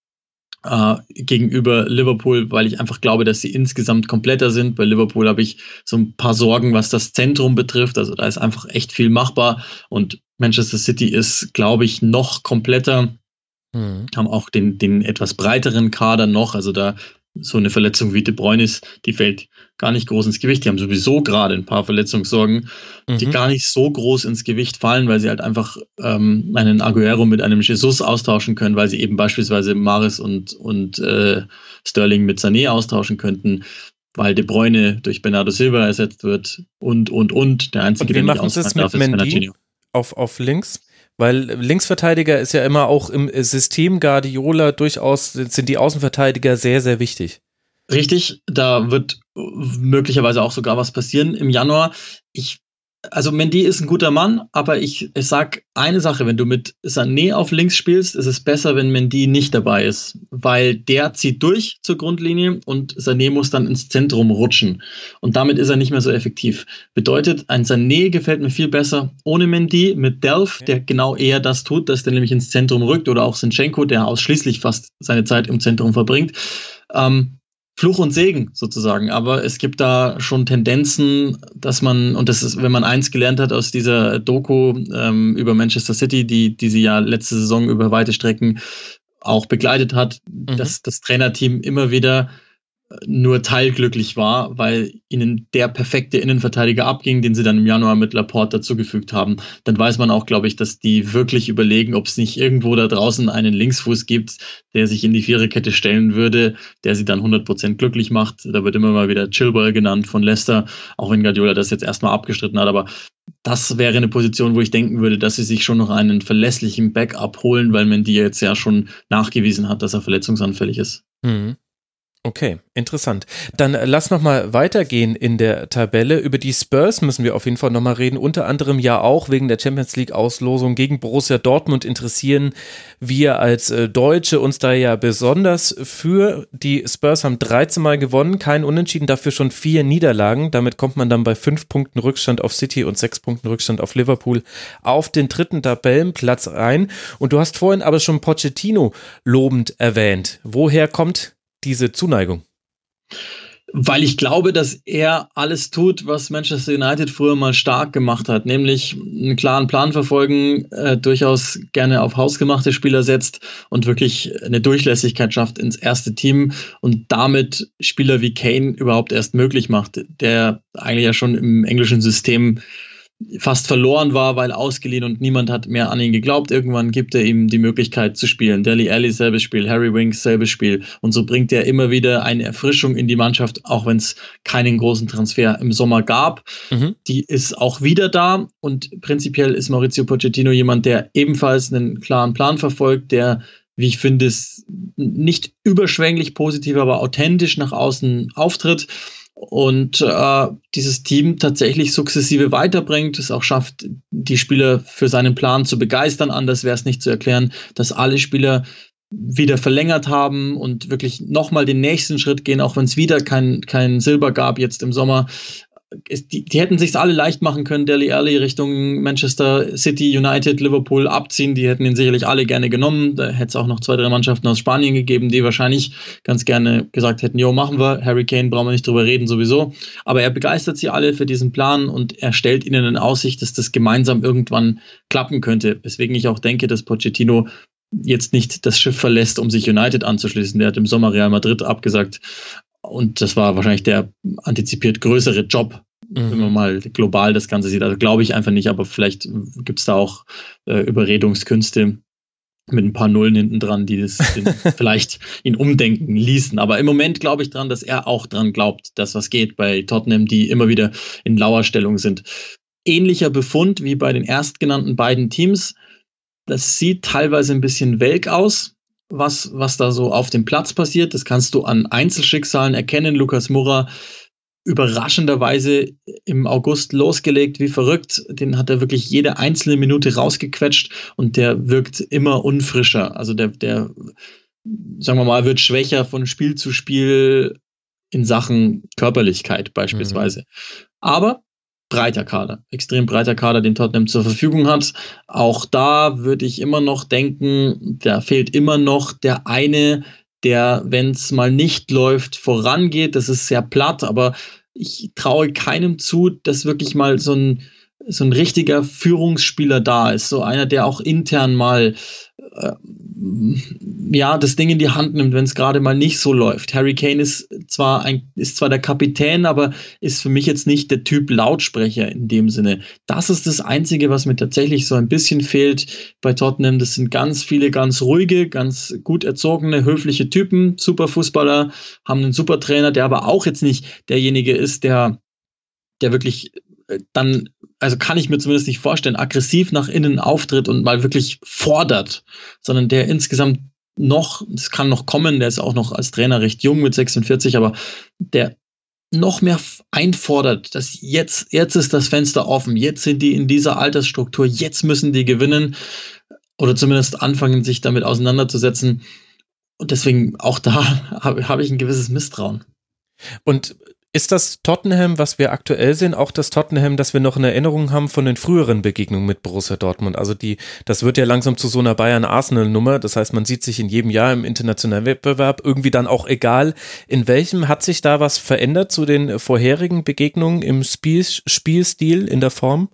Uh, gegenüber Liverpool, weil ich einfach glaube, dass sie insgesamt kompletter sind. Bei Liverpool habe ich so ein paar Sorgen, was das Zentrum betrifft. Also da ist einfach echt viel machbar, und Manchester City ist, glaube ich, noch kompletter. Mhm. Haben auch den, den etwas breiteren Kader noch. Also da so eine Verletzung wie De Bruyne ist, die fällt gar nicht groß ins Gewicht. Die haben sowieso gerade ein paar Verletzungssorgen, mhm. die gar nicht so groß ins Gewicht fallen, weil sie halt einfach ähm, einen Aguero mit einem Jesus austauschen können, weil sie eben beispielsweise Mahrez und, und äh, Sterling mit Sané austauschen könnten, weil De Bruyne durch Bernardo Silva ersetzt wird und, und, und. Der einzige, und wie machen sie es mit Mendy auf, auf links? Weil Linksverteidiger ist ja immer auch im System Guardiola durchaus, sind die Außenverteidiger sehr, sehr wichtig. Richtig, da wird möglicherweise auch sogar was passieren im Januar. Ich, also Mendy ist ein guter Mann, aber ich, ich sag eine Sache, wenn du mit Sané auf links spielst, ist es besser, wenn Mendy nicht dabei ist, weil der zieht durch zur Grundlinie und Sané muss dann ins Zentrum rutschen, und damit ist er nicht mehr so effektiv. Bedeutet, ein Sané gefällt mir viel besser ohne Mendy, mit Delph, okay, der genau eher das tut, dass der nämlich ins Zentrum rückt, oder auch Zinchenko, der ausschließlich fast seine Zeit im Zentrum verbringt. Ähm, Fluch und Segen sozusagen, aber es gibt da schon Tendenzen, dass man, und das ist, wenn man eins gelernt hat aus dieser Doku ähm, über Manchester City, die, die sie ja letzte Saison über weite Strecken auch begleitet hat, mhm. dass das Trainerteam immer wieder nur teilglücklich war, weil ihnen der perfekte Innenverteidiger abging, den sie dann im Januar mit Laporte dazugefügt haben. Dann weiß man auch, glaube ich, dass die wirklich überlegen, ob es nicht irgendwo da draußen einen Linksfuß gibt, der sich in die Viererkette stellen würde, der sie dann hundert Prozent glücklich macht. Da wird immer mal wieder Chilwell genannt von Leicester, auch wenn Guardiola das jetzt erstmal abgestritten hat, aber das wäre eine Position, wo ich denken würde, dass sie sich schon noch einen verlässlichen Backup holen, weil Mendy jetzt ja schon nachgewiesen hat, dass er verletzungsanfällig ist. Mhm. Okay, interessant. Dann lass noch mal weitergehen in der Tabelle. Über die Spurs müssen wir auf jeden Fall noch mal reden. Unter anderem ja auch wegen der Champions League Auslosung gegen Borussia Dortmund interessieren wir als äh, Deutsche uns da ja besonders für. Die Spurs haben dreizehn Mal gewonnen, kein Unentschieden, dafür schon vier Niederlagen. Damit kommt man dann bei fünf Punkten Rückstand auf City und sechs Punkten Rückstand auf Liverpool auf den dritten Tabellenplatz rein. Und du hast vorhin aber schon Pochettino lobend erwähnt. Woher kommt diese Zuneigung? Weil ich glaube, dass er alles tut, was Manchester United früher mal stark gemacht hat, nämlich einen klaren Plan verfolgen, äh, durchaus gerne auf hausgemachte Spieler setzt und wirklich eine Durchlässigkeit schafft ins erste Team und damit Spieler wie Kane überhaupt erst möglich macht, der eigentlich ja schon im englischen System fast verloren war, weil ausgeliehen und niemand hat mehr an ihn geglaubt. Irgendwann gibt er ihm die Möglichkeit zu spielen. Dele Alli selbes Spiel, Harry Winks selbes Spiel. Und so bringt er immer wieder eine Erfrischung in die Mannschaft, auch wenn es keinen großen Transfer im Sommer gab. Mhm. Die ist auch wieder da und prinzipiell ist Mauricio Pochettino jemand, der ebenfalls einen klaren Plan verfolgt, der, wie ich finde, es nicht überschwänglich positiv, aber authentisch nach außen auftritt. Und äh, dieses Team tatsächlich sukzessive weiterbringt, es auch schafft, die Spieler für seinen Plan zu begeistern. Anders wäre es nicht zu erklären, dass alle Spieler wieder verlängert haben und wirklich nochmal den nächsten Schritt gehen, auch wenn es wieder kein, kein Silber gab jetzt im Sommer. Die, die hätten sich alle leicht machen können, Dele Alli Richtung Manchester City, United, Liverpool abziehen. Die hätten ihn sicherlich alle gerne genommen. Da hätte es auch noch zwei, drei Mannschaften aus Spanien gegeben, die wahrscheinlich ganz gerne gesagt hätten, jo, machen wir. Harry Kane, brauchen wir nicht drüber reden sowieso. Aber er begeistert sie alle für diesen Plan und er stellt ihnen in Aussicht, dass das gemeinsam irgendwann klappen könnte. Weswegen ich auch denke, dass Pochettino jetzt nicht das Schiff verlässt, um sich United anzuschließen. Der hat im Sommer Real Madrid abgesagt. Und das war wahrscheinlich der antizipiert größere Job, mhm. wenn man mal global das Ganze sieht. Also glaube ich einfach nicht, aber vielleicht gibt es da auch äh, Überredungskünste mit ein paar Nullen hinten dran, die das vielleicht ihn umdenken ließen. Aber im Moment glaube ich dran, dass er auch dran glaubt, dass was geht bei Tottenham, die immer wieder in Lauerstellung sind. Ähnlicher Befund wie bei den erstgenannten beiden Teams. Das sieht teilweise ein bisschen welk aus. Was, was da so auf dem Platz passiert, das kannst du an Einzelschicksalen erkennen. Lucas Moura überraschenderweise im August losgelegt, wie verrückt. Den hat er wirklich jede einzelne Minute rausgequetscht und der wirkt immer unfrischer. Also der, der, sagen wir mal, wird schwächer von Spiel zu Spiel in Sachen Körperlichkeit beispielsweise. Mhm. Aber breiter Kader, extrem breiter Kader, den Tottenham zur Verfügung hat. Auch da würde ich immer noch denken, da fehlt immer noch der eine, der, wenn es mal nicht läuft, vorangeht. Das ist sehr platt, aber ich traue keinem zu, dass wirklich mal so ein, so ein richtiger Führungsspieler da ist. So einer, der auch intern mal äh, ja, das Ding in die Hand nimmt, wenn es gerade mal nicht so läuft. Harry Kane ist zwar ein, ist zwar der Kapitän, aber ist für mich jetzt nicht der Typ Lautsprecher in dem Sinne. Das ist das Einzige, was mir tatsächlich so ein bisschen fehlt bei Tottenham. Das sind ganz viele ganz ruhige, ganz gut erzogene, höfliche Typen, super Fußballer, haben einen super Trainer, der aber auch jetzt nicht derjenige ist, der, der wirklich dann, also kann ich mir zumindest nicht vorstellen, aggressiv nach innen auftritt und mal wirklich fordert, sondern der insgesamt noch, das kann noch kommen, der ist auch noch als Trainer recht jung mit sechsundvierzig, aber der noch mehr einfordert, dass jetzt, jetzt ist das Fenster offen, jetzt sind die in dieser Altersstruktur, jetzt müssen die gewinnen oder zumindest anfangen, sich damit auseinanderzusetzen. Und deswegen auch da habe hab ich ein gewisses Misstrauen. Und ist das Tottenham, was wir aktuell sehen, auch das Tottenham, das wir noch in Erinnerung haben von den früheren Begegnungen mit Borussia Dortmund? Also die, das wird ja langsam zu so einer Bayern-Arsenal-Nummer. Das heißt, man sieht sich in jedem Jahr im internationalen Wettbewerb, irgendwie dann auch egal, in welchem. Hat sich da was verändert zu den vorherigen Begegnungen im Spiel, Spielstil, in der Form?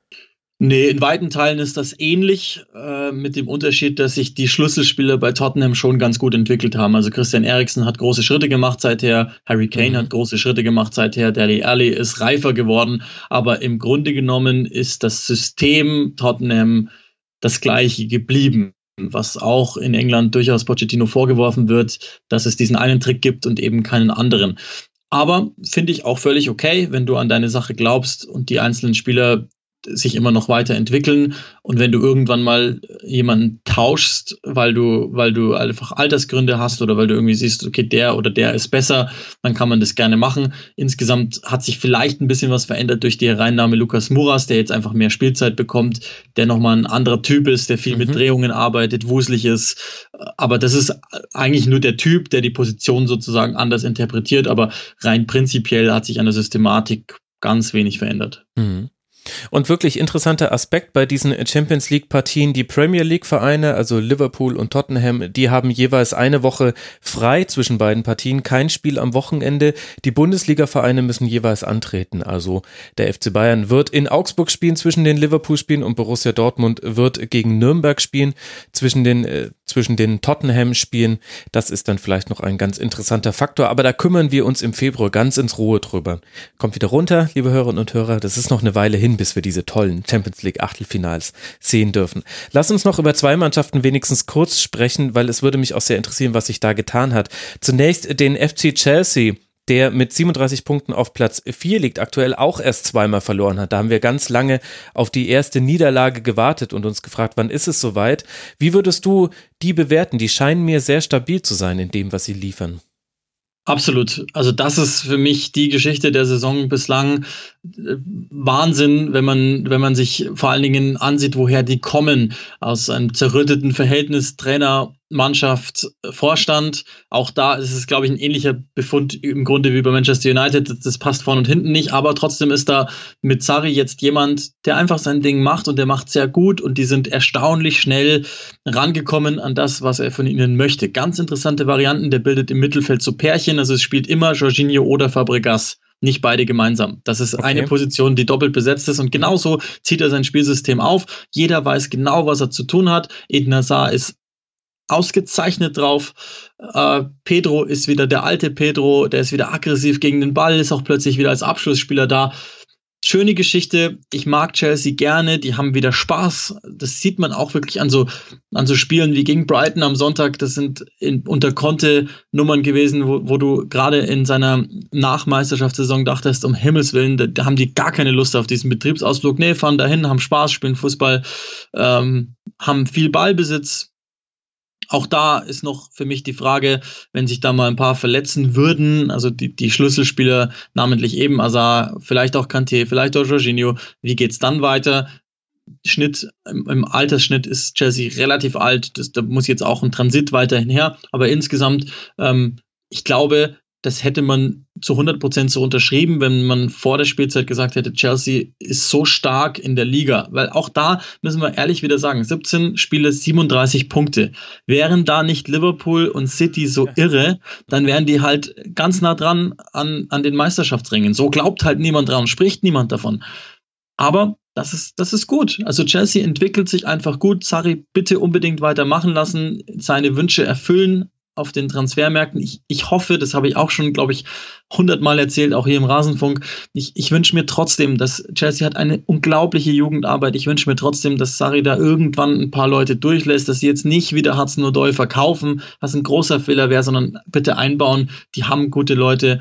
Nee, in weiten Teilen ist das ähnlich, äh, mit dem Unterschied, dass sich die Schlüsselspieler bei Tottenham schon ganz gut entwickelt haben. Also Christian Eriksen hat große Schritte gemacht seither, Harry Kane mhm. hat große Schritte gemacht seither, Dele Alli ist reifer geworden, aber im Grunde genommen ist das System Tottenham das gleiche geblieben, was auch in England durchaus Pochettino vorgeworfen wird, dass es diesen einen Trick gibt und eben keinen anderen. Aber finde ich auch völlig okay, wenn du an deine Sache glaubst und die einzelnen Spieler sich immer noch weiterentwickeln und wenn du irgendwann mal jemanden tauschst, weil du, weil du einfach Altersgründe hast oder weil du irgendwie siehst, okay, der oder der ist besser, dann kann man das gerne machen. Insgesamt hat sich vielleicht ein bisschen was verändert durch die Hereinnahme Lucas Mouras, der jetzt einfach mehr Spielzeit bekommt, der nochmal ein anderer Typ ist, der viel mhm. mit Drehungen arbeitet, wuselig ist, aber das ist eigentlich nur der Typ, der die Position sozusagen anders interpretiert, aber rein prinzipiell hat sich an der Systematik ganz wenig verändert. Mhm. Und wirklich interessanter Aspekt bei diesen Champions League-Partien, die Premier League-Vereine, also Liverpool und Tottenham, die haben jeweils eine Woche frei zwischen beiden Partien, kein Spiel am Wochenende. Die Bundesliga-Vereine müssen jeweils antreten, also der F C Bayern wird in Augsburg spielen zwischen den Liverpool-Spielen und Borussia Dortmund wird gegen Nürnberg spielen zwischen den, äh, zwischen den Tottenham-Spielen. Das ist dann vielleicht noch ein ganz interessanter Faktor, aber da kümmern wir uns im Februar ganz ins Ruhe drüber. Kommt wieder runter, liebe Hörerinnen und Hörer, das ist noch eine Weile hin, bis wir diese tollen Champions League Achtelfinals sehen dürfen. Lass uns noch über zwei Mannschaften wenigstens kurz sprechen, weil es würde mich auch sehr interessieren, was sich da getan hat. Zunächst den F C Chelsea, der mit siebenunddreißig Punkten auf Platz vier liegt, aktuell auch erst zweimal verloren hat. Da haben wir ganz lange auf die erste Niederlage gewartet und uns gefragt, wann ist es soweit? Wie würdest du die bewerten? Die scheinen mir sehr stabil zu sein in dem, was sie liefern. Absolut. Also das ist für mich die Geschichte der Saison bislang. Wahnsinn, wenn man, wenn man sich vor allen Dingen ansieht, woher die kommen. Aus einem zerrütteten Verhältnis Trainer, Mannschaft, Vorstand. Auch da ist es, glaube ich, ein ähnlicher Befund im Grunde wie bei Manchester United. Das passt vorne und hinten nicht, aber trotzdem ist da mit Sarri jetzt jemand, der einfach sein Ding macht und der macht sehr gut und die sind erstaunlich schnell rangekommen an das, was er von ihnen möchte. Ganz interessante Varianten, der bildet im Mittelfeld so Pärchen, also es spielt immer Jorginho oder Fabregas. Nicht beide gemeinsam. Das ist okay. Eine Position, die doppelt besetzt ist und genauso zieht er sein Spielsystem auf. Jeder weiß genau, was er zu tun hat. Eden Hazard ist ausgezeichnet drauf. Äh, Pedro ist wieder der alte Pedro, der ist wieder aggressiv gegen den Ball, ist auch plötzlich wieder als Abschlussspieler da. Schöne Geschichte, ich mag Chelsea gerne, die haben wieder Spaß, das sieht man auch wirklich an so, an so Spielen wie gegen Brighton am Sonntag, das sind in, unter Conte Nummern gewesen, wo, wo du gerade in seiner Nachmeisterschaftssaison dachtest, um Himmels Willen, da, da haben die gar keine Lust auf diesen Betriebsausflug, nee, fahren dahin, haben Spaß, spielen Fußball, ähm, haben viel Ballbesitz. Auch da ist noch für mich die Frage, wenn sich da mal ein paar verletzen würden, also die, die Schlüsselspieler, namentlich eben Hazard, vielleicht auch Kanté, vielleicht auch Jorginho, wie geht's dann weiter? Schnitt, im, im Altersschnitt ist Chelsea relativ alt, das, da muss jetzt auch ein Transit weiterhin her, aber insgesamt, ähm, ich glaube, das hätte man zu hundert Prozent so unterschrieben, wenn man vor der Spielzeit gesagt hätte, Chelsea ist so stark in der Liga. Weil auch da müssen wir ehrlich wieder sagen, siebzehn Spiele, siebenunddreißig Punkte. Wären da nicht Liverpool und City so irre, dann wären die halt ganz nah dran an, an den Meisterschaftsringen. So glaubt halt niemand dran, spricht niemand davon. Aber das ist, das ist gut. Also Chelsea entwickelt sich einfach gut. Sarri bitte unbedingt weitermachen lassen, seine Wünsche erfüllen auf den Transfermärkten. Ich, ich hoffe, das habe ich auch schon, glaube ich, hundertmal erzählt, auch hier im Rasenfunk. Ich, ich wünsche mir trotzdem, dass Chelsea hat eine unglaubliche Jugendarbeit. Ich wünsche mir trotzdem, dass Sarri da irgendwann ein paar Leute durchlässt, dass sie jetzt nicht wieder Hudson-Odoi verkaufen, was ein großer Fehler wäre, sondern bitte einbauen. Die haben gute Leute.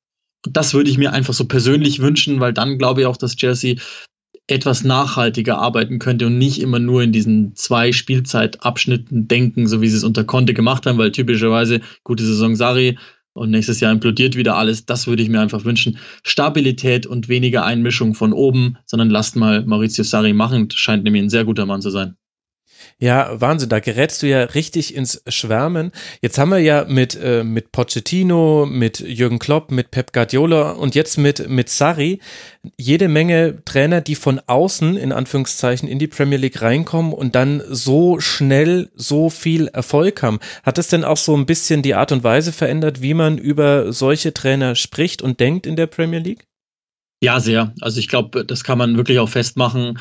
Das würde ich mir einfach so persönlich wünschen, weil dann glaube ich auch, dass Chelsea etwas nachhaltiger arbeiten könnte und nicht immer nur in diesen zwei Spielzeitabschnitten denken, so wie sie es unter Conte gemacht haben, weil typischerweise gute Saison Sarri und nächstes Jahr implodiert wieder alles. Das würde ich mir einfach wünschen. Stabilität und weniger Einmischung von oben, sondern lasst mal Maurizio Sarri machen. Scheint nämlich ein sehr guter Mann zu sein. Ja, Wahnsinn, da gerätst du ja richtig ins Schwärmen. Jetzt haben wir ja mit, äh, mit Pochettino, mit Jürgen Klopp, mit Pep Guardiola und jetzt mit, mit Sarri jede Menge Trainer, die von außen, in Anführungszeichen, in die Premier League reinkommen und dann so schnell so viel Erfolg haben. Hat es denn auch so ein bisschen die Art und Weise verändert, wie man über solche Trainer spricht und denkt in der Premier League? Ja, sehr. Also ich glaube, das kann man wirklich auch festmachen,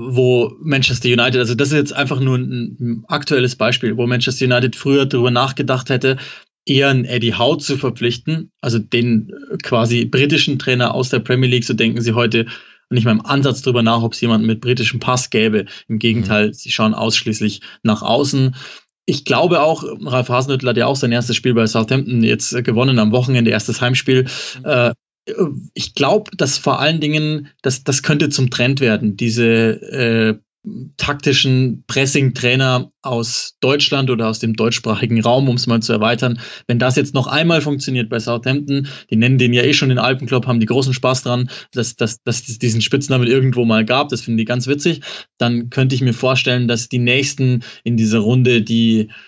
wo Manchester United, also das ist jetzt einfach nur ein, ein aktuelles Beispiel, wo Manchester United früher darüber nachgedacht hätte, eher einen Eddie Howe zu verpflichten, also den quasi britischen Trainer aus der Premier League, so denken sie heute nicht mal im Ansatz darüber nach, ob es jemanden mit britischem Pass gäbe. Im Gegenteil, mhm. sie schauen ausschließlich nach außen. Ich glaube auch, Ralf Hasenhüttl hat ja auch sein erstes Spiel bei Southampton jetzt gewonnen am Wochenende, erstes Heimspiel. Mhm. Äh, Ich glaube, dass vor allen Dingen, das, das könnte zum Trend werden, diese äh, taktischen Pressing-Trainer aus Deutschland oder aus dem deutschsprachigen Raum, um es mal zu erweitern. Wenn das jetzt noch einmal funktioniert bei Southampton, die nennen den ja eh schon den Alpenclub, haben die großen Spaß dran, dass, dass, dass es diesen Spitznamen irgendwo mal gab, das finden die ganz witzig, dann könnte ich mir vorstellen, dass die Nächsten in dieser Runde, die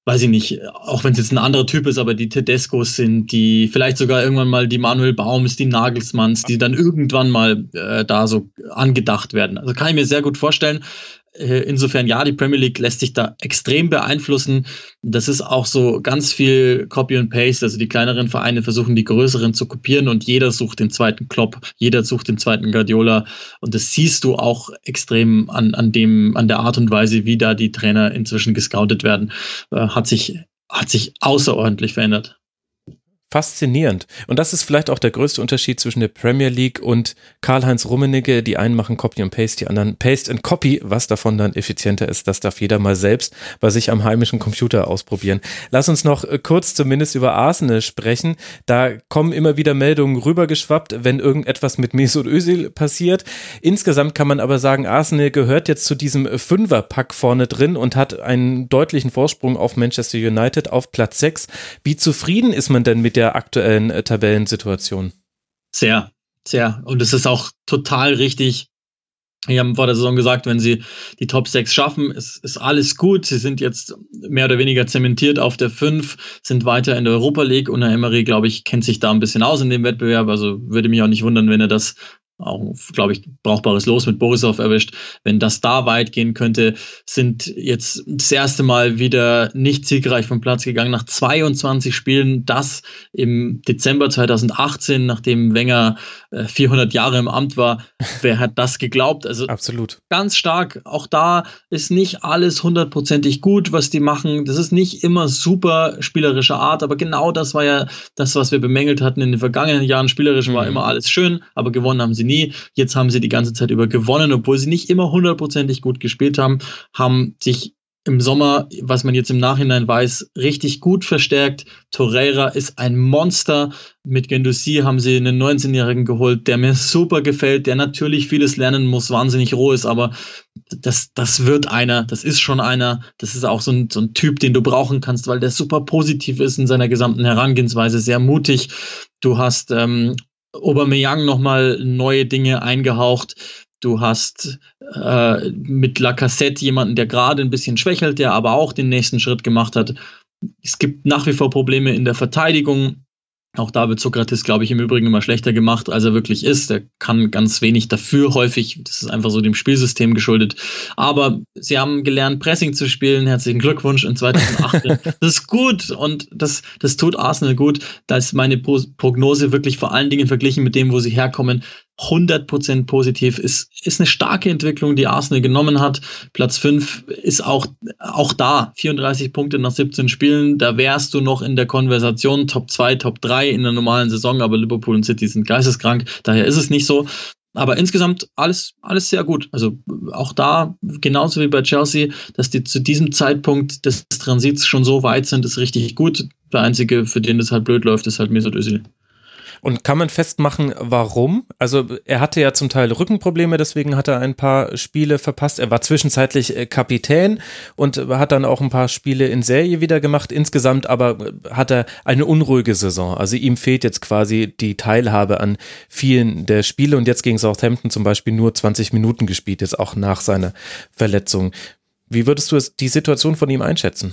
weiß ich nicht, auch wenn es jetzt ein anderer Typ ist, aber die Tedescos sind, die vielleicht sogar irgendwann mal die Manuel Baums, die Nagelsmanns, die dann irgendwann mal äh, da so angedacht werden. Also kann ich mir sehr gut vorstellen. Insofern, ja, die Premier League lässt sich da extrem beeinflussen. Das ist auch so ganz viel Copy and Paste. Also die kleineren Vereine versuchen, die größeren zu kopieren und jeder sucht den zweiten Klopp, jeder sucht den zweiten Guardiola. Und das siehst du auch extrem an, an dem, an der Art und Weise, wie da die Trainer inzwischen gescoutet werden. Äh, hat sich, hat sich außerordentlich verändert. Faszinierend. Und das ist vielleicht auch der größte Unterschied zwischen der Premier League und Karl-Heinz Rummenigge. Die einen machen Copy and Paste, die anderen Paste and Copy. Was davon dann effizienter ist, das darf jeder mal selbst bei sich am heimischen Computer ausprobieren. Lass uns noch kurz zumindest über Arsenal sprechen. Da kommen immer wieder Meldungen rübergeschwappt, wenn irgendetwas mit Mesut Özil passiert. Insgesamt kann man aber sagen, Arsenal gehört jetzt zu diesem Fünferpack vorne drin und hat einen deutlichen Vorsprung auf Manchester United auf Platz sechs. Wie zufrieden ist man denn mit der aktuellen äh, Tabellensituation? Sehr, sehr. Und es ist auch total richtig. Wir haben vor der Saison gesagt, wenn sie die Top sechs schaffen, ist, ist alles gut. Sie sind jetzt mehr oder weniger zementiert auf der fünf, sind weiter in der Europa League. Und Herr Emery, glaube ich, kennt sich da ein bisschen aus in dem Wettbewerb. Also würde mich auch nicht wundern, wenn er das auch, glaube ich, brauchbares Los mit Borisov erwischt. Wenn das da weit gehen könnte, sind jetzt das erste Mal wieder nicht siegreich vom Platz gegangen. Nach zweiundzwanzig Spielen, das im Dezember zweitausendachtzehn, nachdem Wenger äh, vierhundert Jahre im Amt war. Wer hat das geglaubt? Also absolut. Ganz stark. Auch da ist nicht alles hundertprozentig gut, was die machen. Das ist nicht immer super spielerischer Art, aber genau das war ja das, was wir bemängelt hatten in den vergangenen Jahren. Spielerisch mhm. war immer alles schön, aber gewonnen haben sie nie. Jetzt haben sie die ganze Zeit über gewonnen, obwohl sie nicht immer hundertprozentig gut gespielt haben, haben sich im Sommer, was man jetzt im Nachhinein weiß, richtig gut verstärkt. Torreira ist ein Monster. Mit Guendouzi haben sie einen neunzehnjährigen geholt, der mir super gefällt, der natürlich vieles lernen muss, wahnsinnig roh ist, aber das, das wird einer, das ist schon einer. Das ist auch so ein, so ein Typ, den du brauchen kannst, weil der super positiv ist in seiner gesamten Herangehensweise, sehr mutig. Du hast ähm, Aubameyang nochmal neue Dinge eingehaucht. Du hast äh, mit Lacazette jemanden, der gerade ein bisschen schwächelt, der aber auch den nächsten Schritt gemacht hat. Es gibt nach wie vor Probleme in der Verteidigung. Auch da wird Sokrates, glaube ich, im Übrigen immer schlechter gemacht, als er wirklich ist. Der kann ganz wenig dafür häufig. Das ist einfach so dem Spielsystem geschuldet. Aber sie haben gelernt, Pressing zu spielen. Herzlichen Glückwunsch in zweitausendachtzehn. Das ist gut und das, das tut Arsenal gut. Da ist meine Prognose wirklich vor allen Dingen verglichen mit dem, wo sie herkommen, hundert Prozent positiv. Ist, ist eine starke Entwicklung, die Arsenal genommen hat. Platz fünf ist auch, auch da. vierunddreißig Punkte nach siebzehn Spielen. Da wärst du noch in der Konversation Top zwei, Top drei in der normalen Saison, aber Liverpool und City sind geisteskrank. Daher ist es nicht so. Aber insgesamt alles, alles sehr gut. Also auch da, genauso wie bei Chelsea, dass die zu diesem Zeitpunkt des Transits schon so weit sind, ist richtig gut. Der Einzige, für den das halt blöd läuft, ist halt Mesut Özil. Und kann man festmachen, warum? Also er hatte ja zum Teil Rückenprobleme, deswegen hat er ein paar Spiele verpasst. Er war zwischenzeitlich Kapitän und hat dann auch ein paar Spiele in Serie wieder gemacht. Insgesamt aber hat er eine unruhige Saison. Also ihm fehlt jetzt quasi die Teilhabe an vielen der Spiele und jetzt gegen Southampton zum Beispiel nur zwanzig Minuten gespielt, jetzt auch nach seiner Verletzung. Wie würdest du die Situation von ihm einschätzen?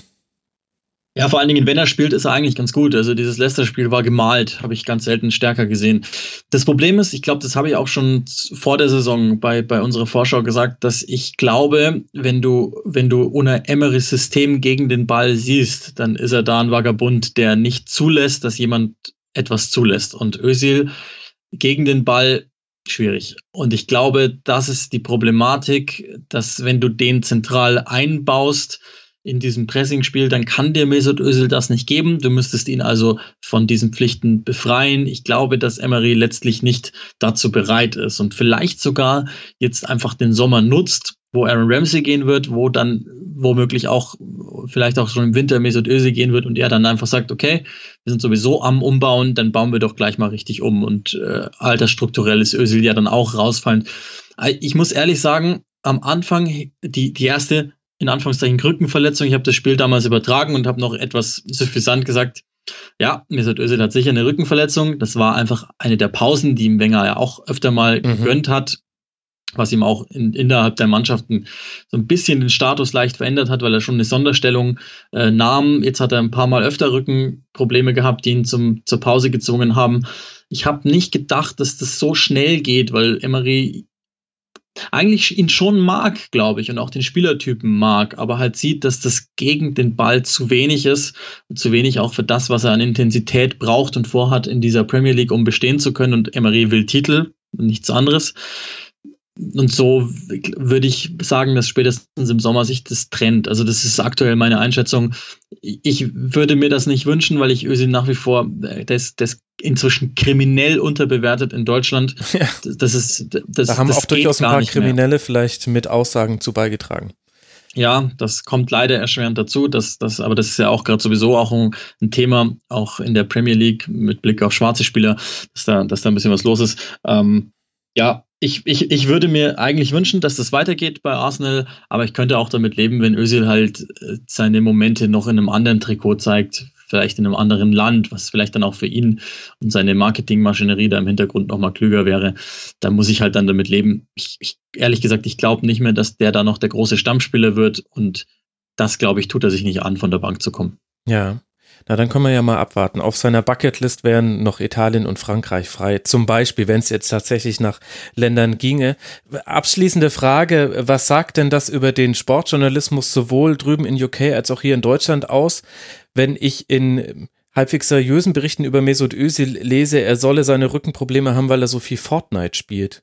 Ja, vor allen Dingen, wenn er spielt, ist er eigentlich ganz gut. Also dieses Leicester-Spiel war gemalt, habe ich ganz selten stärker gesehen. Das Problem ist, ich glaube, das habe ich auch schon vor der Saison bei, bei unserer Vorschau gesagt, dass ich glaube, wenn du, wenn du Unai Emerys System gegen den Ball siehst, dann ist er da ein Vagabund, der nicht zulässt, dass jemand etwas zulässt. Und Özil gegen den Ball schwierig. Und ich glaube, das ist die Problematik, dass wenn du den zentral einbaust, in diesem Pressingspiel, dann kann dir Mesut Özil das nicht geben. Du müsstest ihn also von diesen Pflichten befreien. Ich glaube, dass Emery letztlich nicht dazu bereit ist und vielleicht sogar jetzt einfach den Sommer nutzt, wo Aaron Ramsey gehen wird, wo dann womöglich auch vielleicht auch schon im Winter Mesut Özil gehen wird und er dann einfach sagt, okay, wir sind sowieso am Umbauen, dann bauen wir doch gleich mal richtig um und äh, altersstrukturell ist Özil ja dann auch rausfallend. Ich muss ehrlich sagen, am Anfang, die, die erste in Anführungszeichen Rückenverletzung. Ich habe das Spiel damals übertragen und habe noch etwas suffisant gesagt, ja, Mesut Özil hat sicher eine Rückenverletzung. Das war einfach eine der Pausen, die ihm Wenger ja auch öfter mal mhm. gegönnt hat. was ihm auch in, innerhalb der Mannschaften so ein bisschen den Status leicht verändert hat, weil er schon eine Sonderstellung äh, nahm. Jetzt hat er ein paar Mal öfter Rückenprobleme gehabt, die ihn zum, zur Pause gezwungen haben. Ich habe nicht gedacht, dass das so schnell geht, weil Emery eigentlich ihn schon mag, glaube ich, und auch den Spielertypen mag, aber halt sieht, dass das gegen den Ball zu wenig ist und zu wenig auch für das, was er an Intensität braucht und vorhat in dieser Premier League, um bestehen zu können. Und Emery will Titel und nichts anderes. Und so würde ich sagen, dass spätestens im Sommer sich das trennt. Also das ist aktuell meine Einschätzung. Ich würde mir das nicht wünschen, weil ich Özil nach wie vor, der ist, der ist inzwischen kriminell unterbewertet in Deutschland. Ja. Das ist, das, da haben das auch durchaus ein paar Kriminelle mehr. vielleicht mit Aussagen zu beigetragen. Ja, das kommt leider erschwerend dazu. Das, das, aber das ist ja auch gerade sowieso auch ein, ein Thema, auch in der Premier League mit Blick auf schwarze Spieler, dass da, dass da ein bisschen was los ist. Ähm, ja, Ich, ich, ich würde mir eigentlich wünschen, dass das weitergeht bei Arsenal, aber ich könnte auch damit leben, wenn Özil halt seine Momente noch in einem anderen Trikot zeigt, vielleicht in einem anderen Land, was vielleicht dann auch für ihn und seine Marketingmaschinerie da im Hintergrund nochmal klüger wäre. Da muss ich halt dann damit leben. Ich, ich, ehrlich gesagt, ich glaube nicht mehr, dass der da noch der große Stammspieler wird und das, glaube ich, tut er sich nicht an, von der Bank zu kommen. Ja. Na, dann können wir ja mal abwarten. Auf seiner Bucketlist wären noch Italien und Frankreich frei. Zum Beispiel, wenn es jetzt tatsächlich nach Ländern ginge. Abschließende Frage, was sagt denn das über den Sportjournalismus sowohl drüben in U K als auch hier in Deutschland aus, wenn ich in halbwegs seriösen Berichten über Mesut Özil lese, er solle seine Rückenprobleme haben, weil er so viel Fortnite spielt?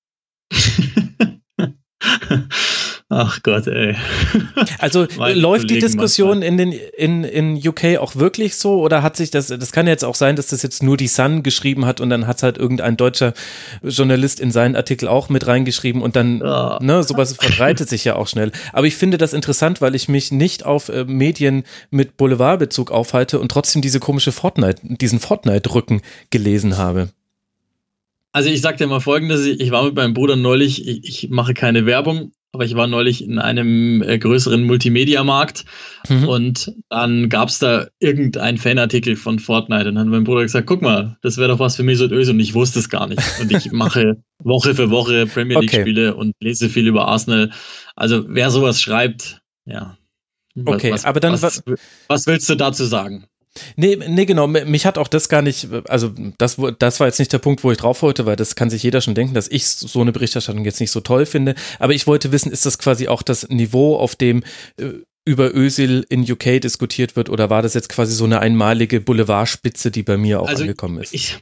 Ach Gott, ey. Also läuft die Diskussion in den in, in U K auch wirklich so oder hat sich das, das kann jetzt auch sein, dass das jetzt nur die Sun geschrieben hat und dann hat es halt irgendein deutscher Journalist in seinen Artikel auch mit reingeschrieben und dann, ja. ne, sowas verbreitet sich ja auch schnell. Aber ich finde das interessant, weil ich mich nicht auf äh, Medien mit Boulevardbezug aufhalte und trotzdem diese komische Fortnite, diesen Fortnite-Rücken gelesen habe. Also ich sag dir mal Folgendes, ich war mit meinem Bruder neulich, ich, ich mache keine Werbung, aber ich war neulich in einem äh, größeren Multimedia-Markt mhm. und dann gab es da irgendein Fanartikel von Fortnite und dann hat mein Bruder gesagt, guck mal, das wäre doch was für Mesut Özil und ich wusste es gar nicht. Und ich mache Woche für Woche Premier League-Spiele okay. und lese viel über Arsenal. Also wer sowas schreibt, ja. Okay, was, aber dann... Was, was willst du dazu sagen? Nee, nee, genau, mich hat auch das gar nicht, also das, das war jetzt nicht der Punkt, wo ich drauf wollte, weil das kann sich jeder schon denken, dass ich so eine Berichterstattung jetzt nicht so toll finde, aber ich wollte wissen, ist das quasi auch das Niveau, auf dem äh, über Özil in U K diskutiert wird oder war das jetzt quasi so eine einmalige Boulevardspitze, die bei mir auch also angekommen ist? Ich,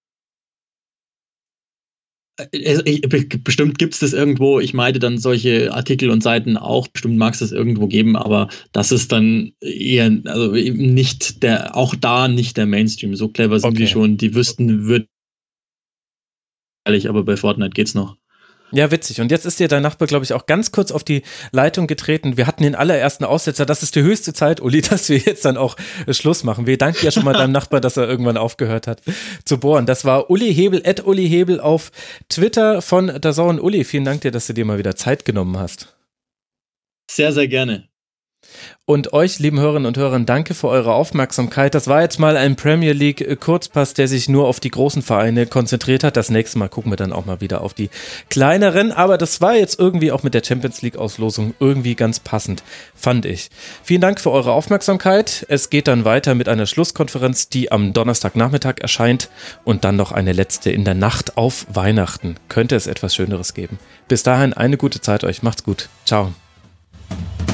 ich, bestimmt gibt es das irgendwo, ich meide dann solche Artikel und Seiten auch, bestimmt mag es das irgendwo geben, aber das ist dann eher, also eben nicht der, auch da nicht der Mainstream, so clever sind okay. die schon, die wüssten, wird ehrlich, aber bei Fortnite geht's noch. Ja, witzig. Und jetzt ist dir dein Nachbar, glaube ich, auch ganz kurz auf die Leitung getreten. Wir hatten den allerersten Aussetzer. Das ist die höchste Zeit, Uli, dass wir jetzt dann auch äh, Schluss machen. Wir danken ja schon mal deinem Nachbar, dass er irgendwann aufgehört hat zu bohren. Das war Uli Hebel, at Uli Hebel auf Twitter von D A Z N. Uli, vielen Dank dir, dass du dir mal wieder Zeit genommen hast. Sehr, sehr gerne. Und euch, lieben Hörerinnen und Hörer, danke für eure Aufmerksamkeit. Das war jetzt mal ein Premier League Kurzpass, der sich nur auf die großen Vereine konzentriert hat. Das nächste Mal gucken wir dann auch mal wieder auf die kleineren. Aber das war jetzt irgendwie auch mit der Champions League Auslosung irgendwie ganz passend, fand ich. Vielen Dank für eure Aufmerksamkeit. Es geht dann weiter mit einer Schlusskonferenz, die am Donnerstagnachmittag erscheint und dann noch eine letzte in der Nacht auf Weihnachten. Könnte es etwas Schöneres geben. Bis dahin eine gute Zeit euch. Macht's gut. Ciao.